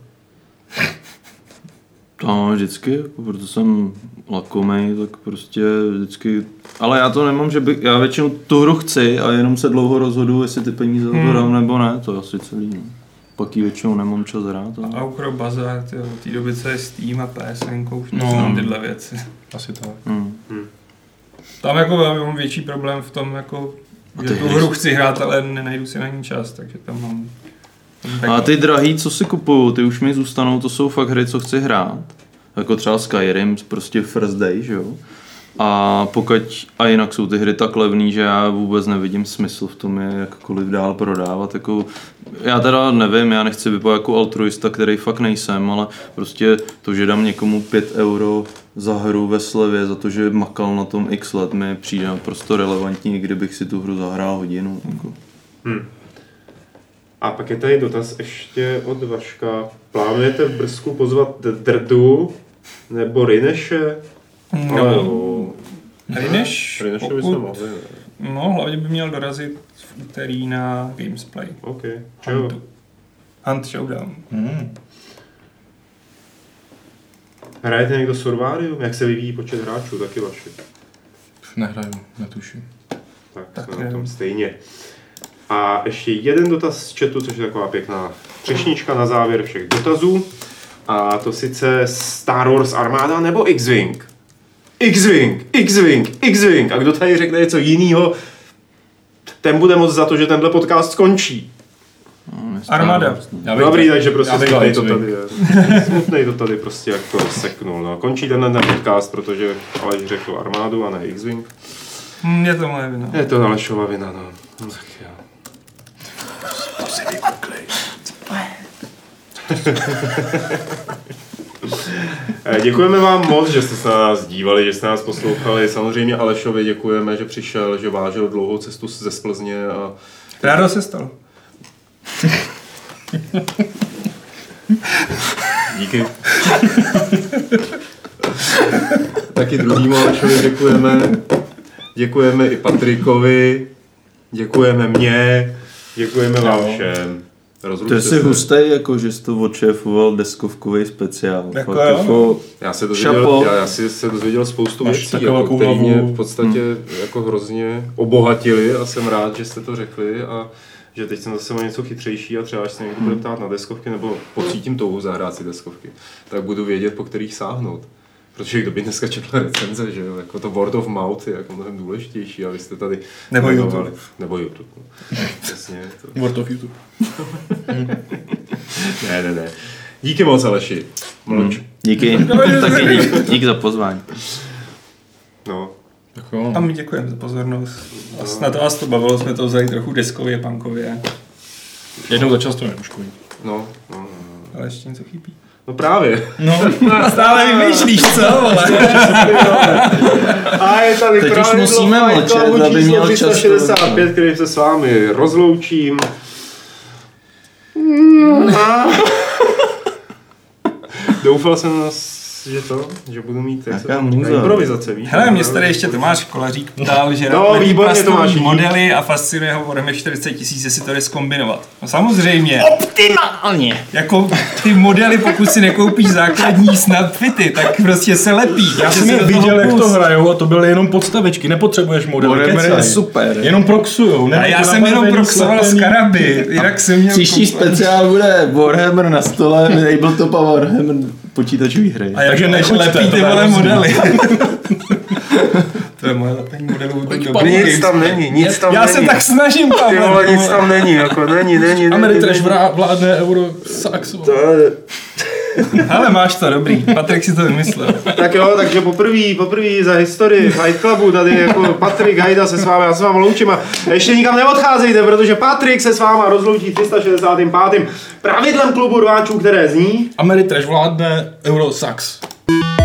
No, vždycky, protože jsem lakomej, tak prostě vždycky, ale já to nemám, že já většinou tu hru chci a jenom se dlouho rozhoduji, jestli ty peníze za to dám nebo ne, to je asi celý, no. Pak ji většinou nemám čas hrát. Ale... A Aukro Bazar, v té době co je Steam a PSN, už neznám tyhle věci. Asi tak. Tam jako mám větší problém v tom, jako, že tu hru chci hrát, ale nenajdu si na ní čas, takže tam mám... A ty drahý, co si kupuju, ty už mi zůstanou, to jsou fakt hry, co chci hrát. Jako třeba Skyrim, prostě First Day, že jo. A jinak jsou ty hry tak levný, že já vůbec nevidím smysl v tom je jakkoliv dál prodávat. Jako, já teda nevím, já nechci vypadat jako altruista, který fakt nejsem, ale prostě to, že dám někomu 5 € za hru ve slevě, za to, že makal na tom x let, mi přijde naprosto relevantní, kdybych si tu hru zahrál hodinu. Jako. A pak je tady dotaz ještě od Vaška. Plánujete v Brzku pozvat Drdu nebo Rineše? No. Rineš, Rineše bychom mohli, ne? No, hlavně by měl dorazit v úterý na Gamesplay. OK. Čau. Hunt Showdown. Hrajete někdo Survarium? Jak se vyvíjí počet hráčů? Taky Vaši. Nehraju, netuším. Tak jsme na tom stejně. A ještě jeden dotaz z chatu, což je taková pěkná třešnička na závěr všech dotazů. A to sice Star Wars Armada nebo X-Wing? X-Wing. A kdo tady řekne něco jinýho, ten bude moc za to, že tenhle podcast skončí. Armada. Dobrý, takže prostě smutnej to tady prostě jako seknul. No. Končí tenhle podcast, protože Aleš řekl Armádu a ne X-Wing. Je to moje vina. Je to Alešova vina, no. Tak jo. To si vykuklej. Děkujeme vám moc, že jste se na nás dívali, že jste nás poslouchali. Samozřejmě Alešovi děkujeme, že přišel, že vážil dlouhou cestu ze Splzně. A... Rádo se stalo. Díky. Taky druhýmu Alešovi děkujeme. Děkujeme i Patrikovi. Děkujeme mě. Děkujeme vám všem. To je si hustej, jako že jsi to odšéfoval deskovkový speciál. Jako já si se dozvěděl spoustu věcí, jako, které mě v podstatě jako hrozně obohatili a jsem rád, že jste to řekli a že teď jsem zase něco chytřejší a třeba až se někdo bude ptát na deskovky nebo pocítím touhu zahrát si deskovky, tak budu vědět, po kterých sáhnout. Protože kdo by dneska četl recenze, že jo, jako to word of mouth je jako mnohem důležitější a vy jste tady nebo YouTube. Nebo YouTube. Přesně. To... Word of YouTube. ne. Díky moc, Aleši. Díky. Taky dík za pozvání. No. A my děkujeme za pozornost. A snad vás to bavilo, jsme to vzali trochu deskově, punkově. Jednou za čas to neuškodí. No. Ale ještě něco chybí. No právě. No, stále vymýšlíš, co, vole? A je tady teď už musíme mlčet, aby měl čas. 365, který se s vámi rozloučím. Doufal jsem, že budu mít improvizace, víš? Hele, mě tady ještě Tomáš Kolařík ptal, že plastový modely a fascinuje ho Warhammer 40 000, jestli to jde zkombinovat. No samozřejmě. Optimálně. Jako ty modely, pokud si nekoupíš základní snapfity, tak prostě se lepí. Já jsem je viděl, jak to hrajou a to byly jenom podstavičky, nepotřebuješ modely. Warhammer je super. Jenom proxujou. A já jsem jenom proxoval z Karaby, jinak jsem měl... Příští speciál bude Warhammer na stole, Tabletop a Warhammer počítačový hry. Takže než lepí ty vole modely. To je moje lepení modelů. Nic tam není. Já se tak snažím, Pavel. Nic tam není, jako není. Ameritrash vládne Euro-Saxo. Hele, máš to, dobrý. Patrik si to vymyslel. Tak jo, takže poprvé za historii Fight Clubu tady jako Patrik Hajda se s vámi, já se vám loučím a ještě nikam neodcházejte, protože Patrik se s váma rozloučí 365. pravidlem klubu rváčů, které zní Ameritrash vládne Euro-Sax.